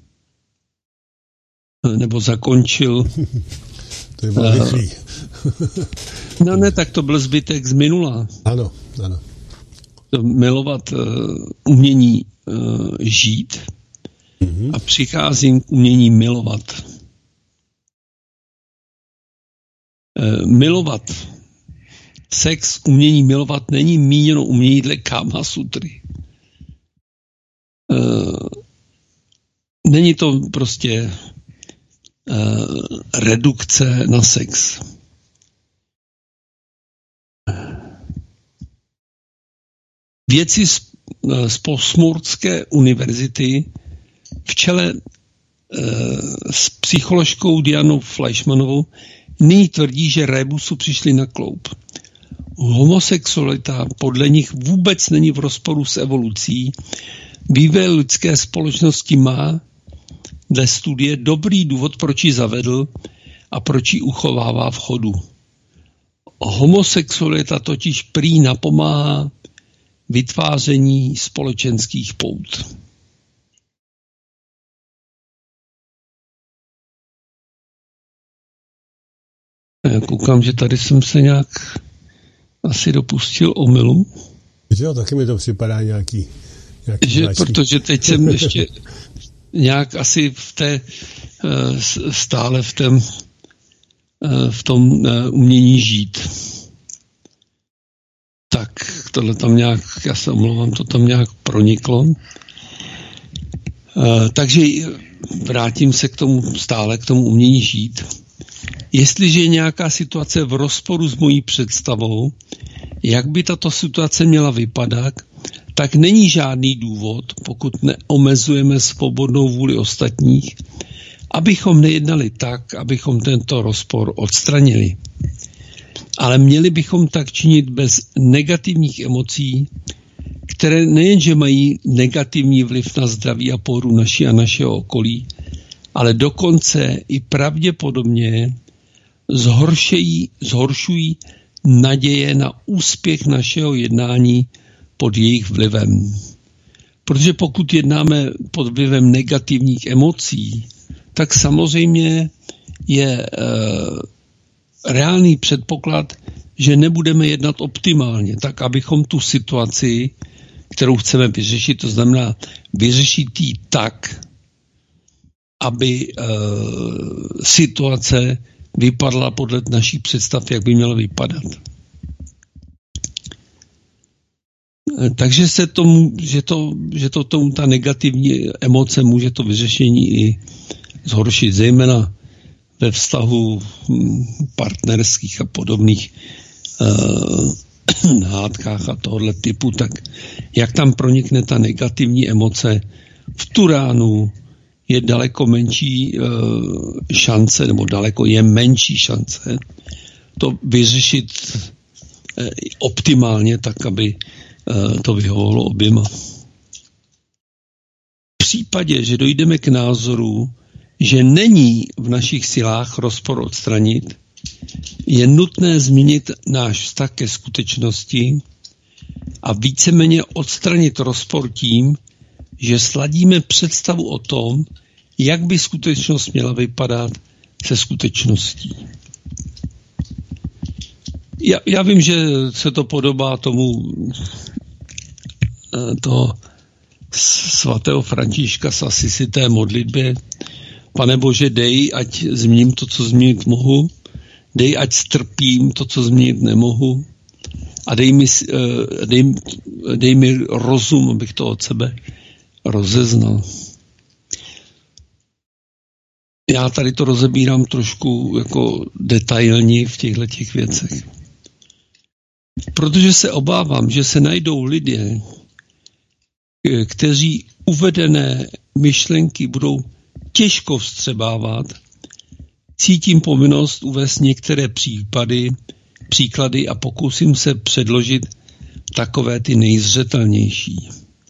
nebo zakončil. To je bylo rychlý. No ne, tak to byl zbytek z minula. Ano. Milovat umění žít a přicházím k umění milovat. Milovat. Sex, umění milovat není míněno umění dle Kama Sutry. Není to prostě redukce na sex. Vědci z Postmurské univerzity v čele s psycholožkou Dianou Fleischmanovou nyní tvrdí, že rébusu přišli na kloub. Homosexualita podle nich vůbec není v rozporu s evolucí. Vývoj lidské společnosti má dle studie dobrý důvod, proč ji zavedl a proč ji uchovává v chodu. Homosexualita totiž prý napomáhá vytváření společenských pout. Já koukám, že tady jsem se nějak asi dopustil omylu. Jo, taky mi to připadá nějaký protože teď jsem ještě nějak asi v té stále v tom umění žít. Tak tohle tam nějak, já se omlouvám, to tam nějak proniklo. Takže vrátím se stále k tomu umění žít. Jestliže je nějaká situace v rozporu s mojí představou, jak by tato situace měla vypadat, tak není žádný důvod, pokud neomezujeme svobodnou vůli ostatních, abychom nejednali tak, abychom tento rozpor odstranili. Ale měli bychom tak činit bez negativních emocí, které nejenže mají negativní vliv na zdraví a pohodu naší a našeho okolí, ale dokonce i pravděpodobně zhoršují naděje na úspěch našeho jednání pod jejich vlivem. Protože pokud jednáme pod vlivem negativních emocí, tak samozřejmě je reálný předpoklad, že nebudeme jednat optimálně, tak abychom tu situaci, kterou chceme vyřešit, to znamená vyřešit ji tak, aby situace vypadala podle našich představ, jak by měla vypadat. Takže ta negativní emoce může to vyřešení i zhoršit, zejména ve vztahu partnerských a podobných hádkách a tohoto typu, tak jak tam pronikne ta negativní emoce, v tu ránu je daleko menší šance, nebo daleko je menší šance to vyřešit optimálně tak, aby to vyhovovalo oběma. V případě, že dojdeme k názoru, že není v našich silách rozpor odstranit, je nutné změnit náš vztah ke skutečnosti a víceméně odstranit rozpor tím, že sladíme představu o tom, jak by skutečnost měla vypadat se skutečností. Já vím, že se to podobá tomu toho svatého Františka z Asisi, té modlitbě. Pane Bože, dej, ať změním to, co změnit mohu, dej, ať strpím to, co změnit nemohu a dej mi rozum, abych to od sebe rozeznal. Já tady to rozebírám trošku jako detailní v těchto věcech. Protože se obávám, že se najdou lidé, kteří uvedené myšlenky budou těžko vstřebávat, cítím povinnost uvést některé příklady a pokusím se předložit takové ty nejzřetelnější.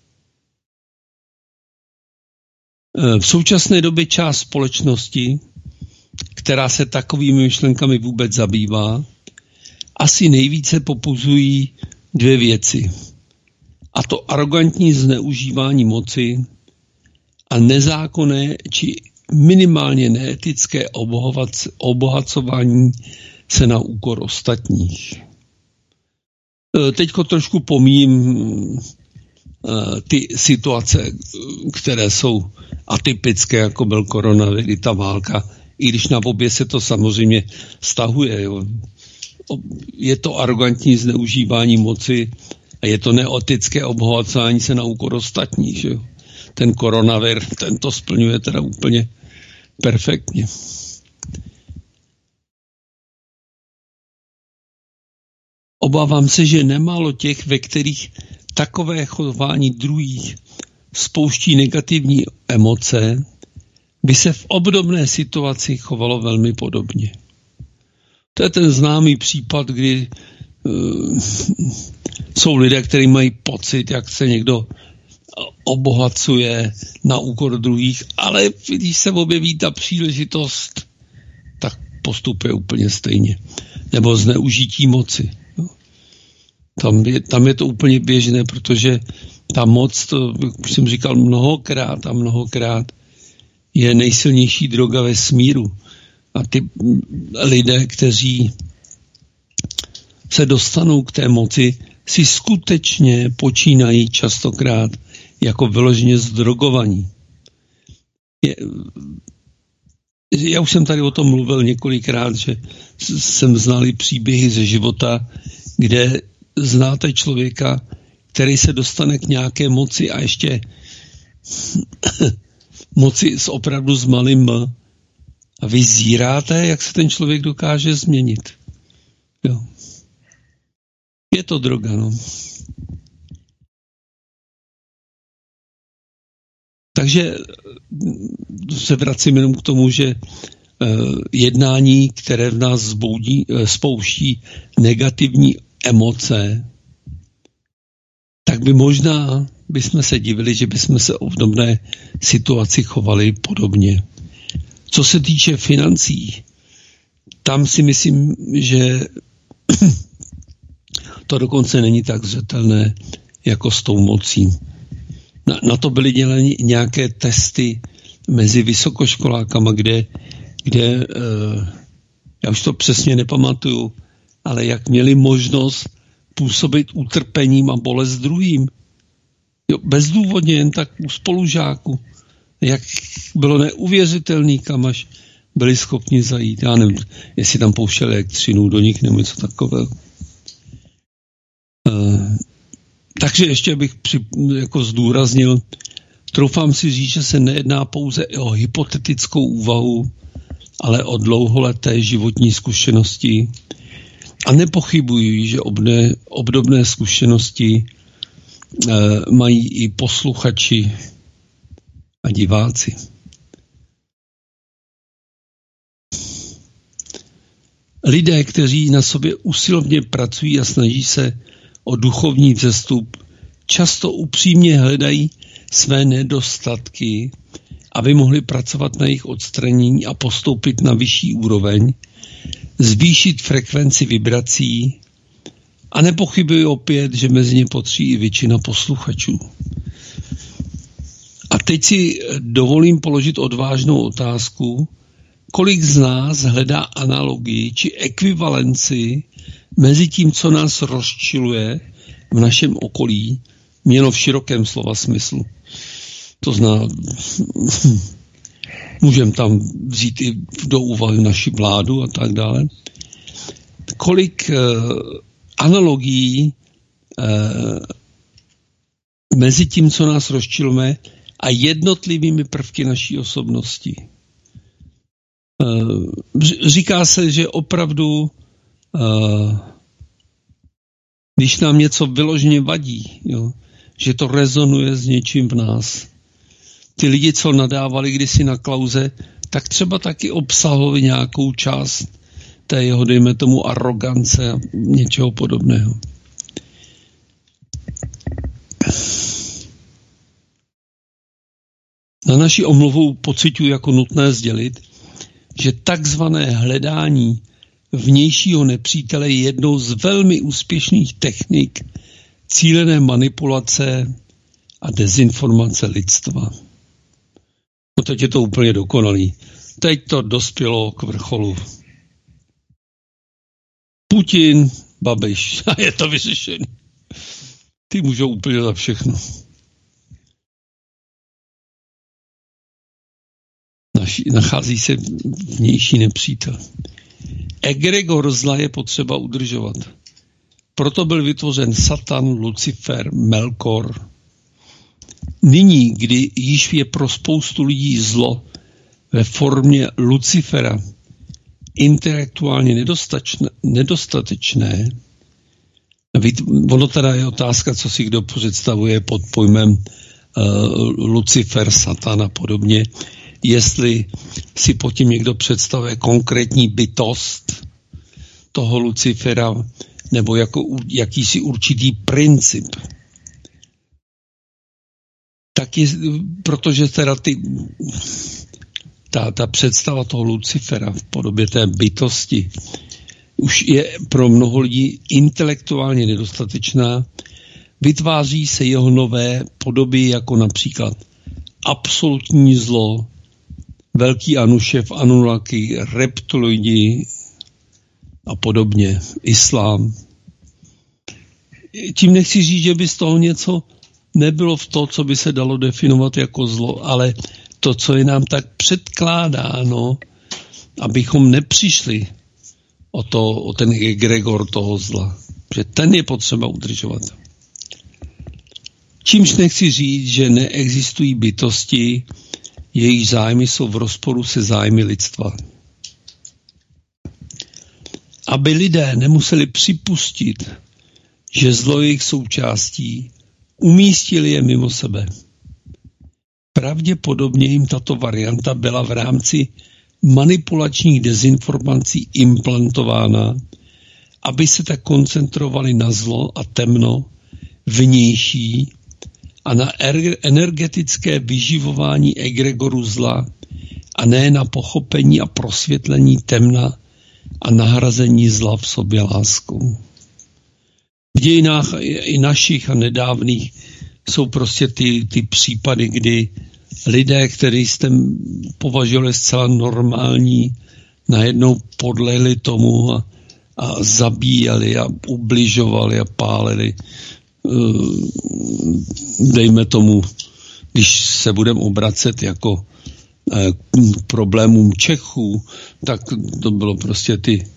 V současné době část společnosti, která se takovými myšlenkami vůbec zabývá, asi nejvíce popuzují dvě věci. A to arrogantní zneužívání moci a nezákonné či minimálně neetické obohacování se na úkor ostatních. Teďko trošku pomíjím ty situace, které jsou atypické, jako byl koronavir, ta válka, i když na obě se to samozřejmě stahuje. Jo. Je to arrogantní zneužívání moci a je to neetické obohacování se na úkor ostatních. Jo. Ten koronavir, ten to splňuje teda úplně perfektně. Obávám se, že nemálo těch, ve kterých takové chování druhých spouští negativní emoce, by se v obdobné situaci chovalo velmi podobně. To je ten známý případ, kdy jsou lidé, kteří mají pocit, jak se někdo obohacuje na úkor druhých, ale když se objeví ta příležitost, tak postupuje úplně stejně. Nebo zneužití moci. Tam je to úplně běžné, protože ta moc, to už jsem říkal mnohokrát, je nejsilnější droga ve smíru. A ty lidé, kteří se dostanou k té moci, si skutečně počínají častokrát jako vyloženě zdrogovaní. Já už jsem tady o tom mluvil několikrát, že jsem znal i příběhy ze života, kde znáte člověka, který se dostane k nějaké moci a ještě moci opravdu s malým m. A vy zíráte, jak se ten člověk dokáže změnit. Jo. Je to droga, no. Takže se vracím jenom k tomu, že jednání, které v nás spouští negativní emoce, tak by možná bychom se divili, že bychom se v obdobné situaci chovali podobně. Co se týče financí, tam si myslím, že to dokonce není tak zřetelné jako s tou mocí. Na to byly dělány nějaké testy mezi vysokoškolákama, kde já už to přesně nepamatuju, ale jak měli možnost působit utrpením a bolest druhým. Jo, bezdůvodně, jen tak u spolužáků. Jak bylo neuvěřitelný, kam až byli schopni zajít. Já nevím, jestli tam pouštěli elektřinu do nich nebo něco takového. Takže ještě bych jako zdůraznil, troufám si říct, že se nejedná pouze o hypotetickou úvahu, ale o dlouholeté životní zkušenosti. A nepochybuji, že obdobné zkušenosti mají i posluchači a diváci. Lidé, kteří na sobě usilovně pracují a snaží se o duchovní vzestup, často upřímně hledají své nedostatky, aby mohli pracovat na jejich odstranění a postoupit na vyšší úroveň, zvýšit frekvenci vibrací a nepochybuji opět, že mezi ně patří i většina posluchačů. A teď si dovolím položit odvážnou otázku, kolik z nás hledá analogii či ekvivalenci mezi tím, co nás rozčiluje v našem okolí, mělo v širokém slova smyslu. To znamená, můžeme tam vzít i do úvahy naši vládu a tak dále. Kolik analogií mezi tím, co nás rozčiluje, a jednotlivými prvky naší osobnosti. Říká se, že opravdu když nám něco vyloženě vadí, jo, že to rezonuje s něčím v nás. Ty lidi, co nadávali kdysi na Klause, tak třeba taky obsahovali nějakou část té jeho, dejme tomu, arogance a něčeho podobného. Na naši omluvu pociťuji jako nutné sdělit, že takzvané hledání vnějšího nepřítele je jednou z velmi úspěšných technik cílené manipulace a dezinformace lidstva. No teď je to úplně dokonalý. Teď to dospělo k vrcholu. Putin, Babiš, a je to vyřešený. Ty můžou úplně za všechno. Nachází se vnější nepřítel. Egregor zla je potřeba udržovat. Proto byl vytvořen Satan, Lucifer, Melkor. Nyní, kdy již je pro spoustu lidí zlo ve formě Lucifera intelektuálně nedostatečné, ono teda je otázka, co si kdo představuje pod pojmem Lucifer, Satan a podobně, jestli si pod tím někdo představuje konkrétní bytost toho Lucifera nebo jako jakýsi určitý princip. Tak je, protože teda ta představa toho Lucifera v podobě té bytosti už je pro mnoho lidí intelektuálně nedostatečná, vytváří se jeho nové podoby, jako například absolutní zlo, velký Anušev, Anunnaki, reptiloidi a podobně, islám. Tím nechci říct, že by z toho něco nebylo v to, co by se dalo definovat jako zlo, ale to, co je nám tak předkládáno, abychom nepřišli o ten egregor toho zla. Že ten je potřeba udržovat. Čímž nechci říct, že neexistují bytosti, jejich zájmy jsou v rozporu se zájmy lidstva. Aby lidé nemuseli připustit, že zlo je jejich součástí, umístili je mimo sebe. Pravděpodobně jim tato varianta byla v rámci manipulačních dezinformací implantována, aby se tak koncentrovali na zlo a temno vnější a na energetické vyživování egregoru zla a ne na pochopení a prosvětlení temna a nahrazení zla v sobě láskou. V dějinách i našich a nedávných jsou prostě ty případy, kdy lidé, kteří jste považovali zcela normální, najednou podlehli tomu a zabíjeli a ubližovali a pálili. Dejme tomu, když se budeme obracet jako k problémům Čechů, tak to bylo prostě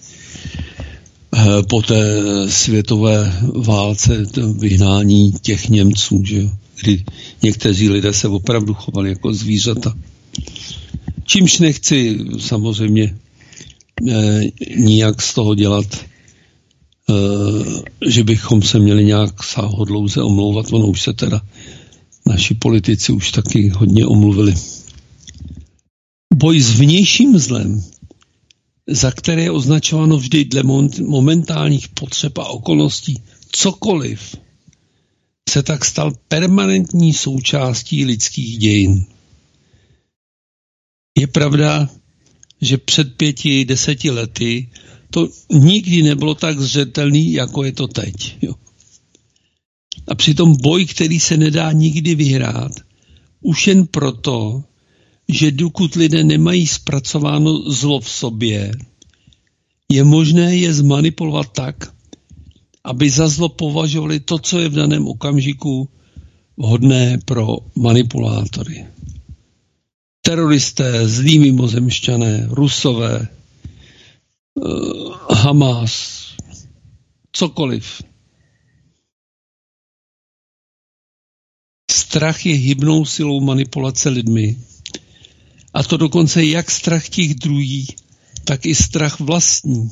po té světové válce vyhnání těch Němců, že? Kdy někteří lidé se opravdu chovali jako zvířata. Čímž nechci samozřejmě nijak z toho dělat, že bychom se měli nějak sáhodlouze omlouvat, ono už se teda naši politici už taky hodně omluvili. Boj s vnějším zlem, za které je označováno vždy dle momentálních potřeb a okolností cokoliv, se tak stal permanentní součástí lidských dějin. Je pravda, že před 5-10 lety to nikdy nebylo tak zřetelný, jako je to teď. Jo. A přitom boj, který se nedá nikdy vyhrát, už jen proto, že dokud lidé nemají zpracováno zlo v sobě, je možné je zmanipulovat tak, aby za zlo považovali to, co je v daném okamžiku vhodné pro manipulátory. Teroristé, zlí mimozemšťané, Rusové, Hamas, cokoliv. Strach je hybnou silou manipulace lidmi. A to dokonce jak strach těch druhých, tak i strach vlastní.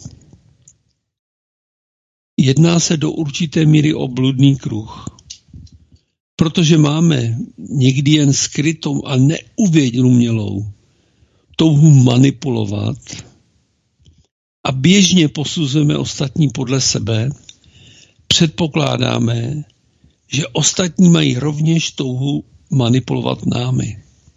Jedná se do určité míry o bludný kruh. Protože máme někdy jen skrytou a neuvědomělou touhu manipulovat a běžně posuzujeme ostatní podle sebe, předpokládáme, že ostatní mají rovněž touhu manipulovat námi.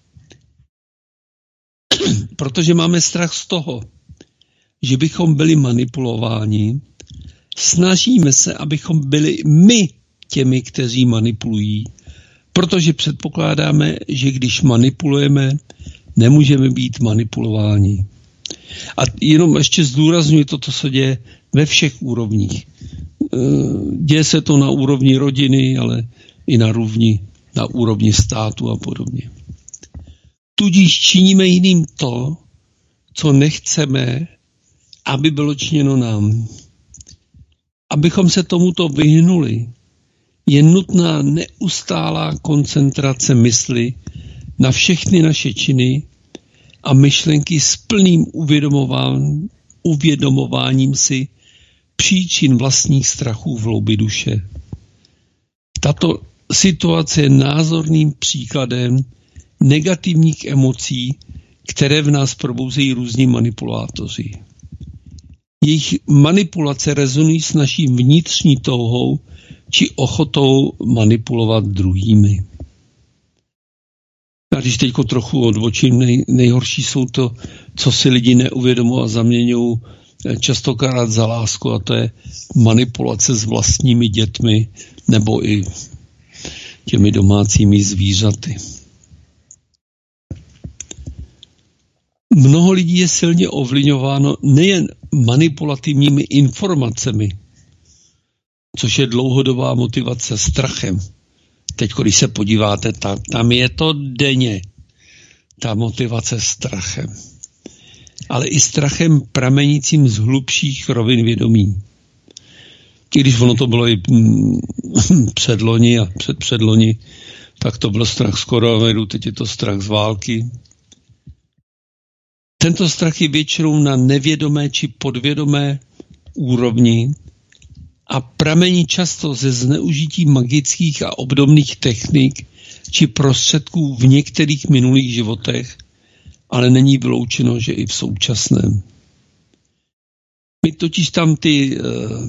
Protože máme strach z toho, že bychom byli manipulováni, snažíme se, abychom byli my těmi, kteří manipulují, protože předpokládáme, že když manipulujeme, nemůžeme být manipulováni. A jenom ještě zdůrazňuji to, co se děje ve všech úrovních. Děje se to na úrovni rodiny, ale i na úrovni státu a podobně. Tudíž činíme jiným to, co nechceme, aby bylo činěno nám. Abychom se tomuto vyhnuli, je nutná neustálá koncentrace mysli na všechny naše činy a myšlenky s plným uvědomováním si příčin vlastních strachů v hloubi duše. Tato situace je názorným příkladem negativních emocí, které v nás probouzejí různí manipulátoři. Jejich manipulace rezonují s naší vnitřní touhou či ochotou manipulovat druhými. A když teď trochu odbočím, nejhorší jsou to, co si lidi neuvědomují a zaměňují častokrát za lásku, a to je manipulace s vlastními dětmi nebo i těmi domácími zvířaty. Mnoho lidí je silně ovlivňováno nejen manipulativními informacemi, což je dlouhodobá motivace strachem. Teď, když se podíváte, tam je to denně, ta motivace strachem. Ale i strachem pramenícím z hlubších rovin vědomí. I když ono to bylo i předloni a předpředloni, tak to byl strach z koronaviru, teď je to strach z války. Tento strach je většinou na nevědomé či podvědomé úrovni a pramení často ze zneužití magických a obdobných technik či prostředků v některých minulých životech, ale není vyloučeno, že i v současném. My totiž tam ty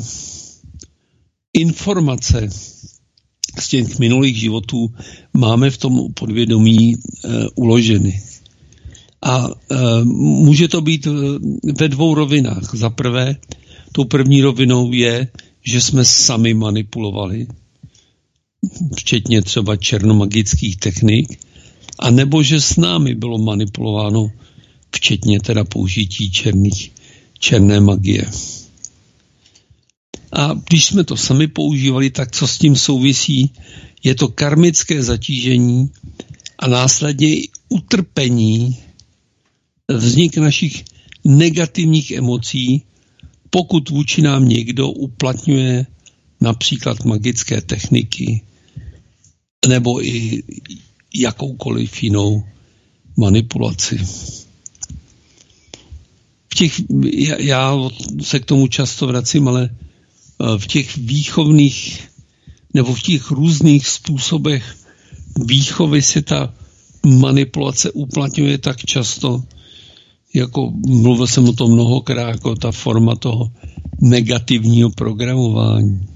informace z těch minulých životů máme v tom podvědomí uloženy. A může to být ve dvou rovinách. Za prvé, tou první rovinou je, že jsme sami manipulovali, včetně třeba černomagických technik, a nebo že s námi bylo manipulováno, včetně teda použití černé magie. A když jsme to sami používali, tak co s tím souvisí? Je to karmické zatížení a následně i utrpení, vznik našich negativních emocí, pokud vůči nám někdo uplatňuje například magické techniky nebo i jakoukoliv jinou manipulaci. Já se k tomu často vracím, ale v těch výchovných nebo v těch různých způsobech výchovy se ta manipulace uplatňuje tak často, jako mluvil jsem o tom mnohokrát, jako ta forma toho negativního programování.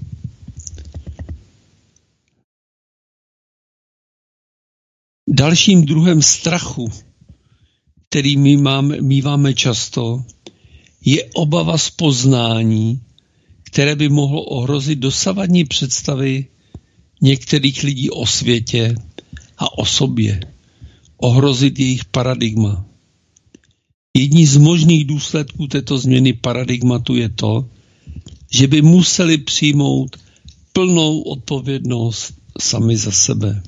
Dalším druhem strachu, který míváme často, je obava z poznání, které by mohlo ohrozit dosavadní představy některých lidí o světě a o sobě, ohrozit jejich paradigma. Jedním z možných důsledků této změny paradigmatu je to, že by museli přijmout plnou odpovědnost sami za sebe.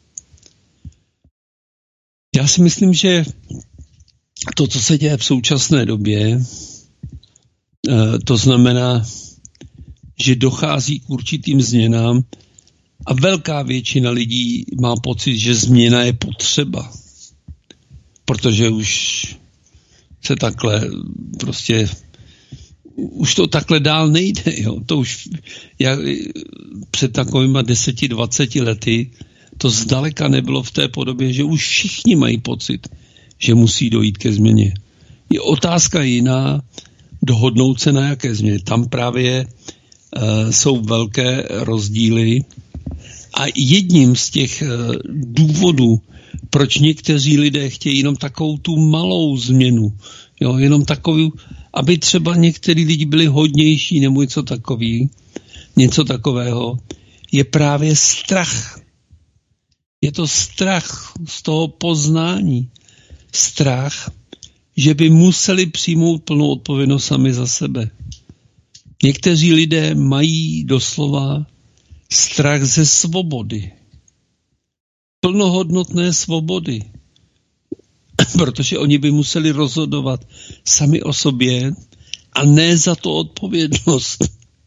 Já si myslím, že to, co se děje v současné době, to znamená, že dochází k určitým změnám a velká většina lidí má pocit, že změna je potřeba, protože už se takhle prostě, už to takhle dál nejde. Jo. To už před takovýma 10-20 lety to zdaleka nebylo v té podobě, že už všichni mají pocit, že musí dojít ke změně. Je otázka jiná, dohodnout se na jaké změně. Tam právě jsou velké rozdíly a jedním z těch důvodů, proč někteří lidé chtějí jenom takovou tu malou změnu, jo, jenom takovou, aby třeba některý lidi byli hodnější nebo něco takového, je právě strach. Je to strach z toho poznání. Strach, že by museli přijmout plnou odpovědnost sami za sebe. Někteří lidé mají doslova strach ze svobody. Plnohodnotné svobody. Protože oni by museli rozhodovat sami o sobě a ne za to odpovědnost.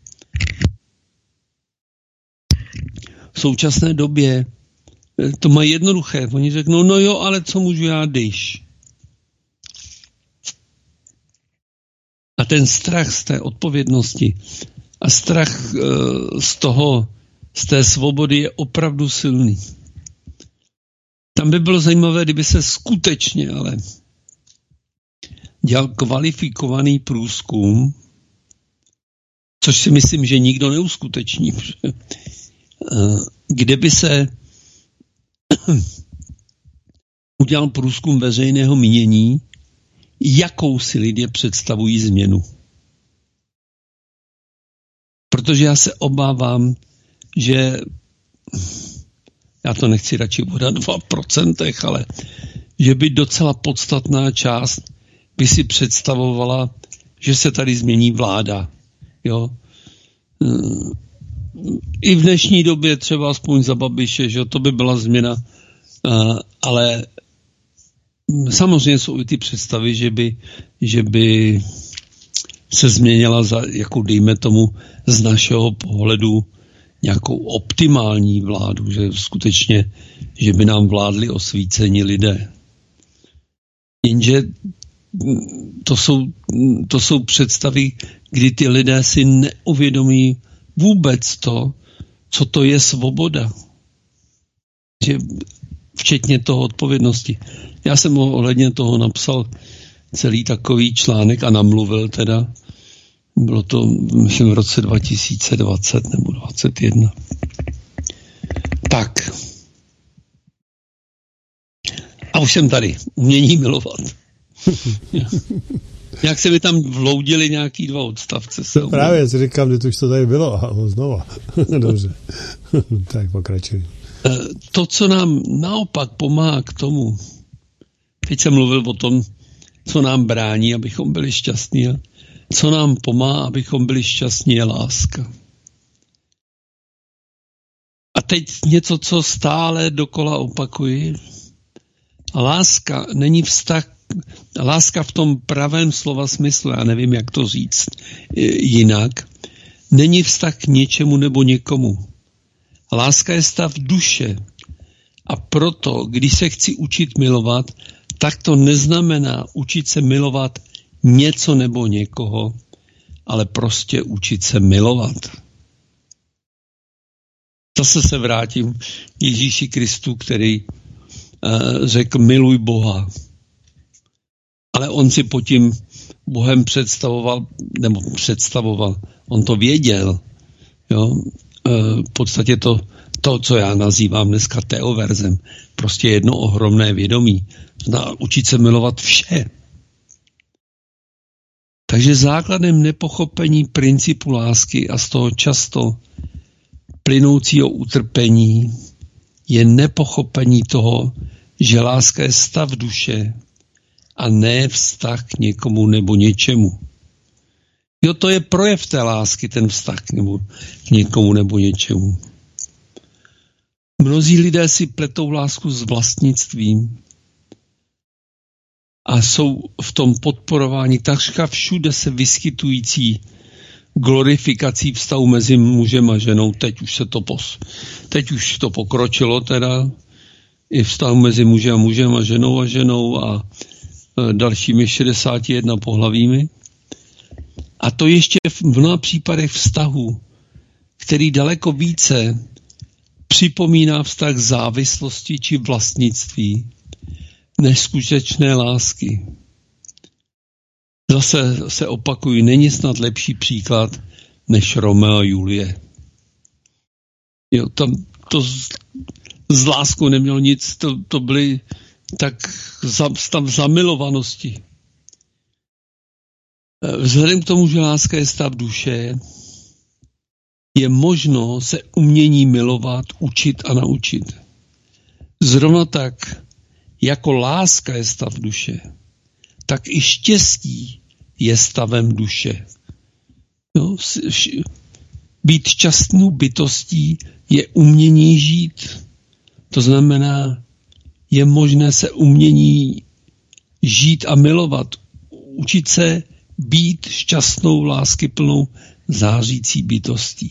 V současné době to mají jednoduché. Oni řeknou, no jo, ale co můžu já, když? A ten strach z té odpovědnosti a strach z té svobody je opravdu silný. Tam by bylo zajímavé, kdyby se skutečně ale dělal kvalifikovaný průzkum, což si myslím, že nikdo neuskuteční, kde by se udělal průzkum veřejného mínění, jakou si lidé představují změnu. Protože já se obávám, že já to nechci radši vodat 2%, ale že by docela podstatná část by si představovala, že se tady změní vláda. Jo? I v dnešní době třeba aspoň za Babiše, že to by byla změna, ale samozřejmě jsou i ty představy, že by se změnila jako dejme tomu z našeho pohledu nějakou optimální vládu, že skutečně, že by nám vládli osvícení lidé. Jenže to jsou představy, kdy ty lidé si neuvědomí vůbec to, co to je svoboda. Že včetně toho odpovědnosti. Já jsem ohledně toho napsal celý takový článek a namluvil teda. Bylo to, myslím, v roce 2020 nebo 2021. Tak. A už jsem tady. Umění milovat. Jak se mi tam vloudili nějaký 2 odstavce. Právě si říkám, že to už to tady bylo a znova. Dobře. Tak pokračuj. To, co nám naopak pomáhá k tomu, teď jsem mluvil o tom, co nám brání, abychom byli šťastní, co nám pomáhá, abychom byli šťastní, je láska. A teď něco, co stále dokola opakuji. Láska není vztah, láska v tom pravém slova smyslu, já nevím, jak to říct jinak, není vztah k něčemu nebo někomu. Láska je stav duše. A proto, když se chci učit milovat, tak to neznamená učit se milovat něco nebo někoho, ale prostě učit se milovat. Zase se vrátím k Ježíši Kristu, který řekl miluj Boha. Ale on si pod tím Bohem představoval, on to věděl. Jo? V podstatě to, co já nazývám dneska teoverzem, prostě jedno ohromné vědomí. Učit se milovat vše. Takže základem nepochopení principu lásky a z toho často plynoucího utrpení je nepochopení toho, že láska je stav duše a ne vztah k někomu nebo něčemu. Jo, to je projev té lásky, ten vztah k někomu nebo něčemu. Mnozí lidé si pletou lásku s vlastnictvím a jsou v tom podporováni takřka všude se vyskytující glorifikací vztahu mezi mužem a ženou. Teď už to pokročilo teda i vztahu mezi mužem a ženou a dalšími 61 pohlavími. A to ještě v mnoha případech vztahu, který daleko více připomíná vztah závislosti či vlastnictví než skutečné lásky. Zase se opakuju, není snad lepší příklad než Romeo a Julie. Jo, tam to z láskou nemělo nic, to byly tak stav zamilovanosti. Vzhledem k tomu, že láska je stav duše, je možno se umění milovat, učit a naučit. Zrovna tak, jako láska je stav duše, tak i štěstí je stavem duše. Jo, být šťastnou bytostí je umění žít. To znamená, je možné se umění žít a milovat, učit se být šťastnou, láskyplnou, zářící bytostí.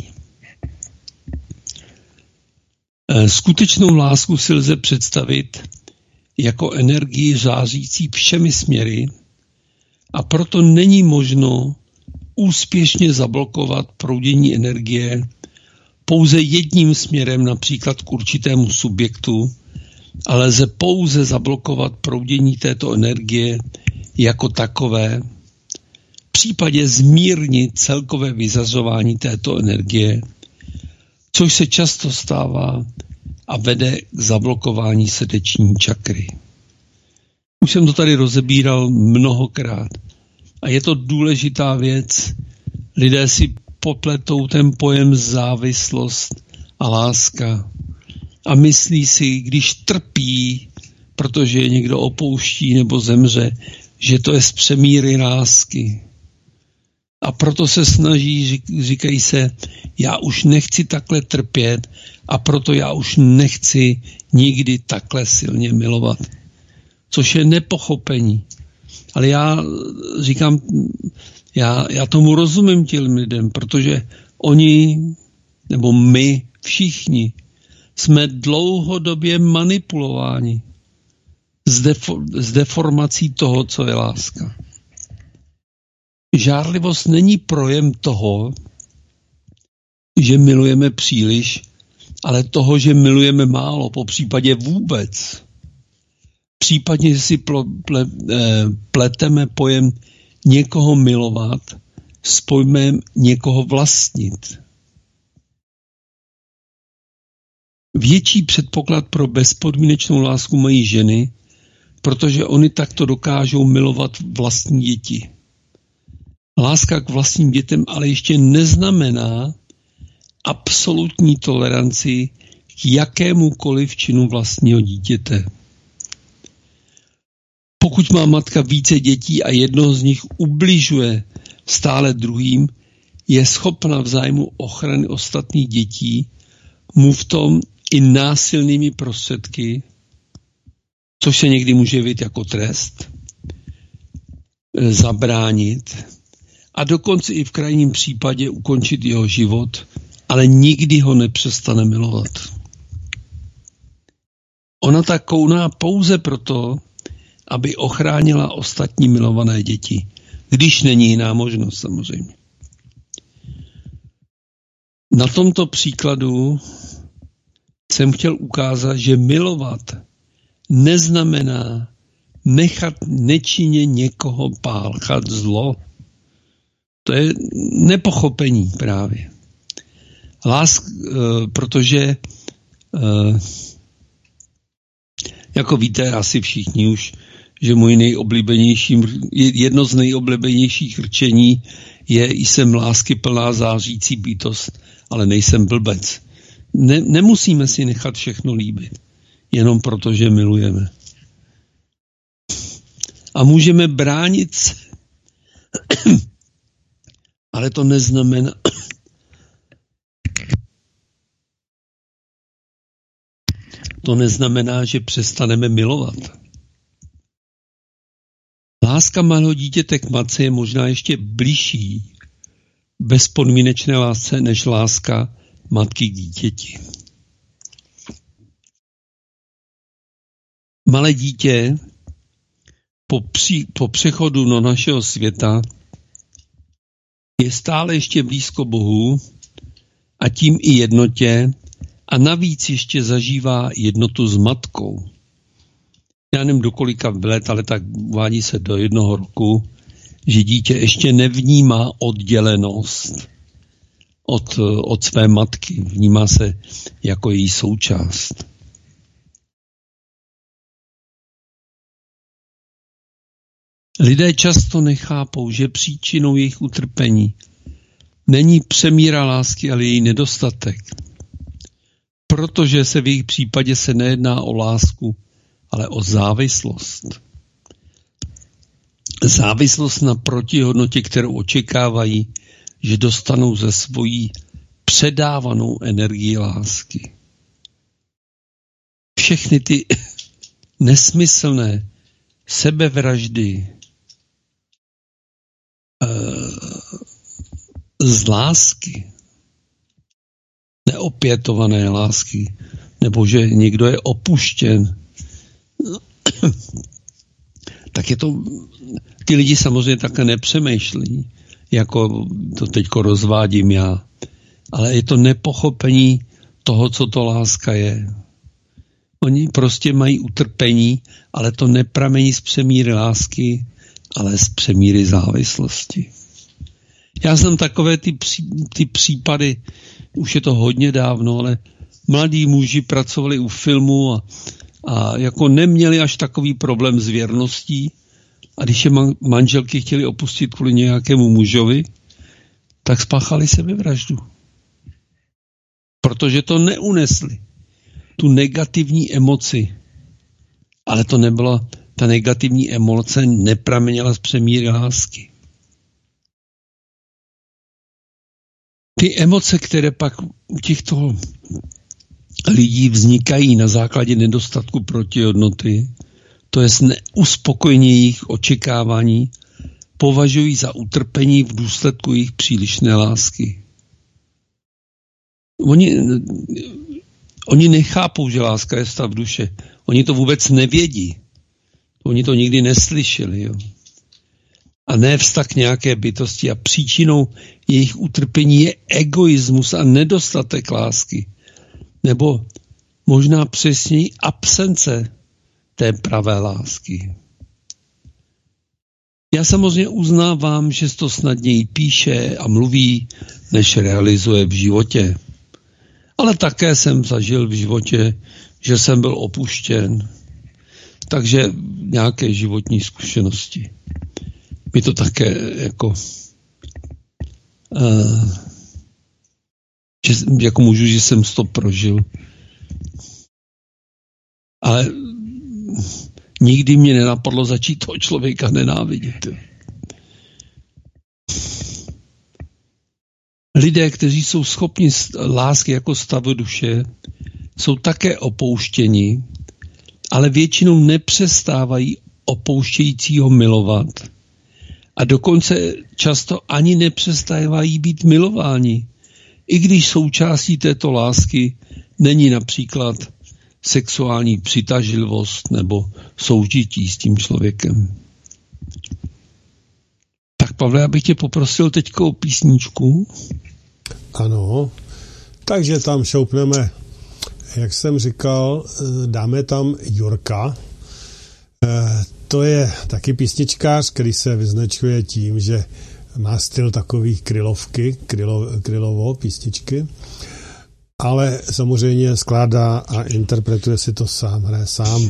Skutečnou lásku si lze představit jako energii zářící všemi směry a proto není možno úspěšně zablokovat proudění energie pouze jedním směrem, například k určitému subjektu, ale lze pouze zablokovat proudění této energie jako takové, v případě zmírnit celkové vyzařování této energie, což se často stává a vede k zablokování srdeční čakry. Už jsem to tady rozebíral mnohokrát a je to důležitá věc. Lidé si popletou ten pojem závislost a láska a myslí si, když trpí, protože je někdo opouští nebo zemře, že to je z přemíry lásky. A proto se snaží, říkají se, já už nechci takhle trpět a proto já už nechci nikdy takhle silně milovat. Což je nepochopení. Ale já říkám, já tomu rozumím těm lidem, protože oni, nebo my všichni, jsme dlouhodobě manipulováni. s deformací toho, co je láska. Žárlivost není projem toho, že milujeme příliš, ale toho, že milujeme málo, po případě vůbec. Případně, že si pleteme pojem někoho milovat s pojmem někoho vlastnit. Větší předpoklad pro bezpodmínečnou lásku mají ženy, protože oni takto dokážou milovat vlastní děti. Láska k vlastním dětem ale ještě neznamená absolutní toleranci k jakémukoliv činu vlastního dítěte. Pokud má matka více dětí a jednoho z nich ubližuje stále druhým, je schopna v zájmu ochrany ostatních dětí mu v tom i násilnými prostředky, což se někdy může jevit jako trest, zabránit a dokonce i v krajním případě ukončit jeho život, ale nikdy ho nepřestane milovat. Ona tak kouná pouze proto, aby ochránila ostatní milované děti, když není jiná možnost samozřejmě. Na tomto příkladu jsem chtěl ukázat, že milovat neznamená nechat nečinně někoho páchat zlo. To je nepochopení právě. Protože jako víte asi všichni už, že jedno z nejoblíbenějších rčení je: jsem lásky plná zářící bytost, ale nejsem blbec. Nemusíme si nechat všechno líbit, jenom proto, že milujeme. A můžeme bránit se, ale to neznamená, že přestaneme milovat. Láska malého dítěte k matce je možná ještě bližší bezpodmínečné lásce než láska matky k dítěti. Malé dítě po přechodu do našeho světa je stále ještě blízko Bohu a tím i jednotě a navíc ještě zažívá jednotu s matkou. Já nevím do kolika let, ale tak uvádí se do 1 roku, že dítě ještě nevnímá oddělenost od své matky. Vnímá se jako její součást. Lidé často nechápou, že příčinou jejich utrpení není přemíra lásky, ale její nedostatek. Protože se v jejich případě se nejedná o lásku, ale o závislost. Závislost na protihodnotě, kterou očekávají, že dostanou ze svojí předávanou energii lásky. Všechny ty nesmyslné sebevraždy z lásky, neopětované lásky, nebo že někdo je opuštěn, tak je to, ty lidi samozřejmě takhle nepřemýšlí, jako to teďko rozvádím já, ale je to nepochopení toho, co to láska je. Oni prostě mají utrpení, ale to nepramení z přemíry lásky, ale z přemíry závislosti. Já jsem takové ty případy, už je to hodně dávno, ale mladí muži pracovali u filmu a jako neměli až takový problém s věrností a když je manželky chtěli opustit kvůli nějakému mužovi, tak spáchali sebevraždu. Protože to neunesli. Tu negativní emoci. Ale to nebylo, ta negativní emoce nepramenila z přemíry lásky. Ty emoce, které pak u těchto lidí vznikají na základě nedostatku protihodnoty, to je neuspokojení jejich očekávání, považují za utrpení v důsledku jejich přílišné lásky. Oni nechápou, že láska je stav duše. Oni to vůbec nevědí. Oni to nikdy neslyšeli. Jo. A ne vztah k nějaké bytosti. A příčinou jejich utrpení je egoismus a nedostatek lásky. Nebo možná přesněji absence té pravé lásky. Já samozřejmě uznávám, že to snadněji píše a mluví, než realizuje v životě. Ale také jsem zažil v životě, že jsem byl opuštěn. Takže nějaké životní zkušenosti. Mi to také jako můžu, že jsem to prožil. Ale nikdy mě nenapadlo začít toho člověka nenávidět. Lidé, kteří jsou schopni lásky jako stavu duše, jsou také opouštěni, ale většinou nepřestávají opouštějícího milovat. A dokonce často ani nepřestávají být milováni, i když součástí této lásky není například sexuální přitažlivost nebo soužití s tím člověkem. Tak Pavle, já bych tě poprosil teďka o písničku. Ano, takže tam šoupneme, jak jsem říkal, dáme tam Jurka. To je taky písničkář, který se vyznačuje tím, že má styl takových Krylovo písničky, ale samozřejmě skládá a interpretuje si to sám, hraje sám.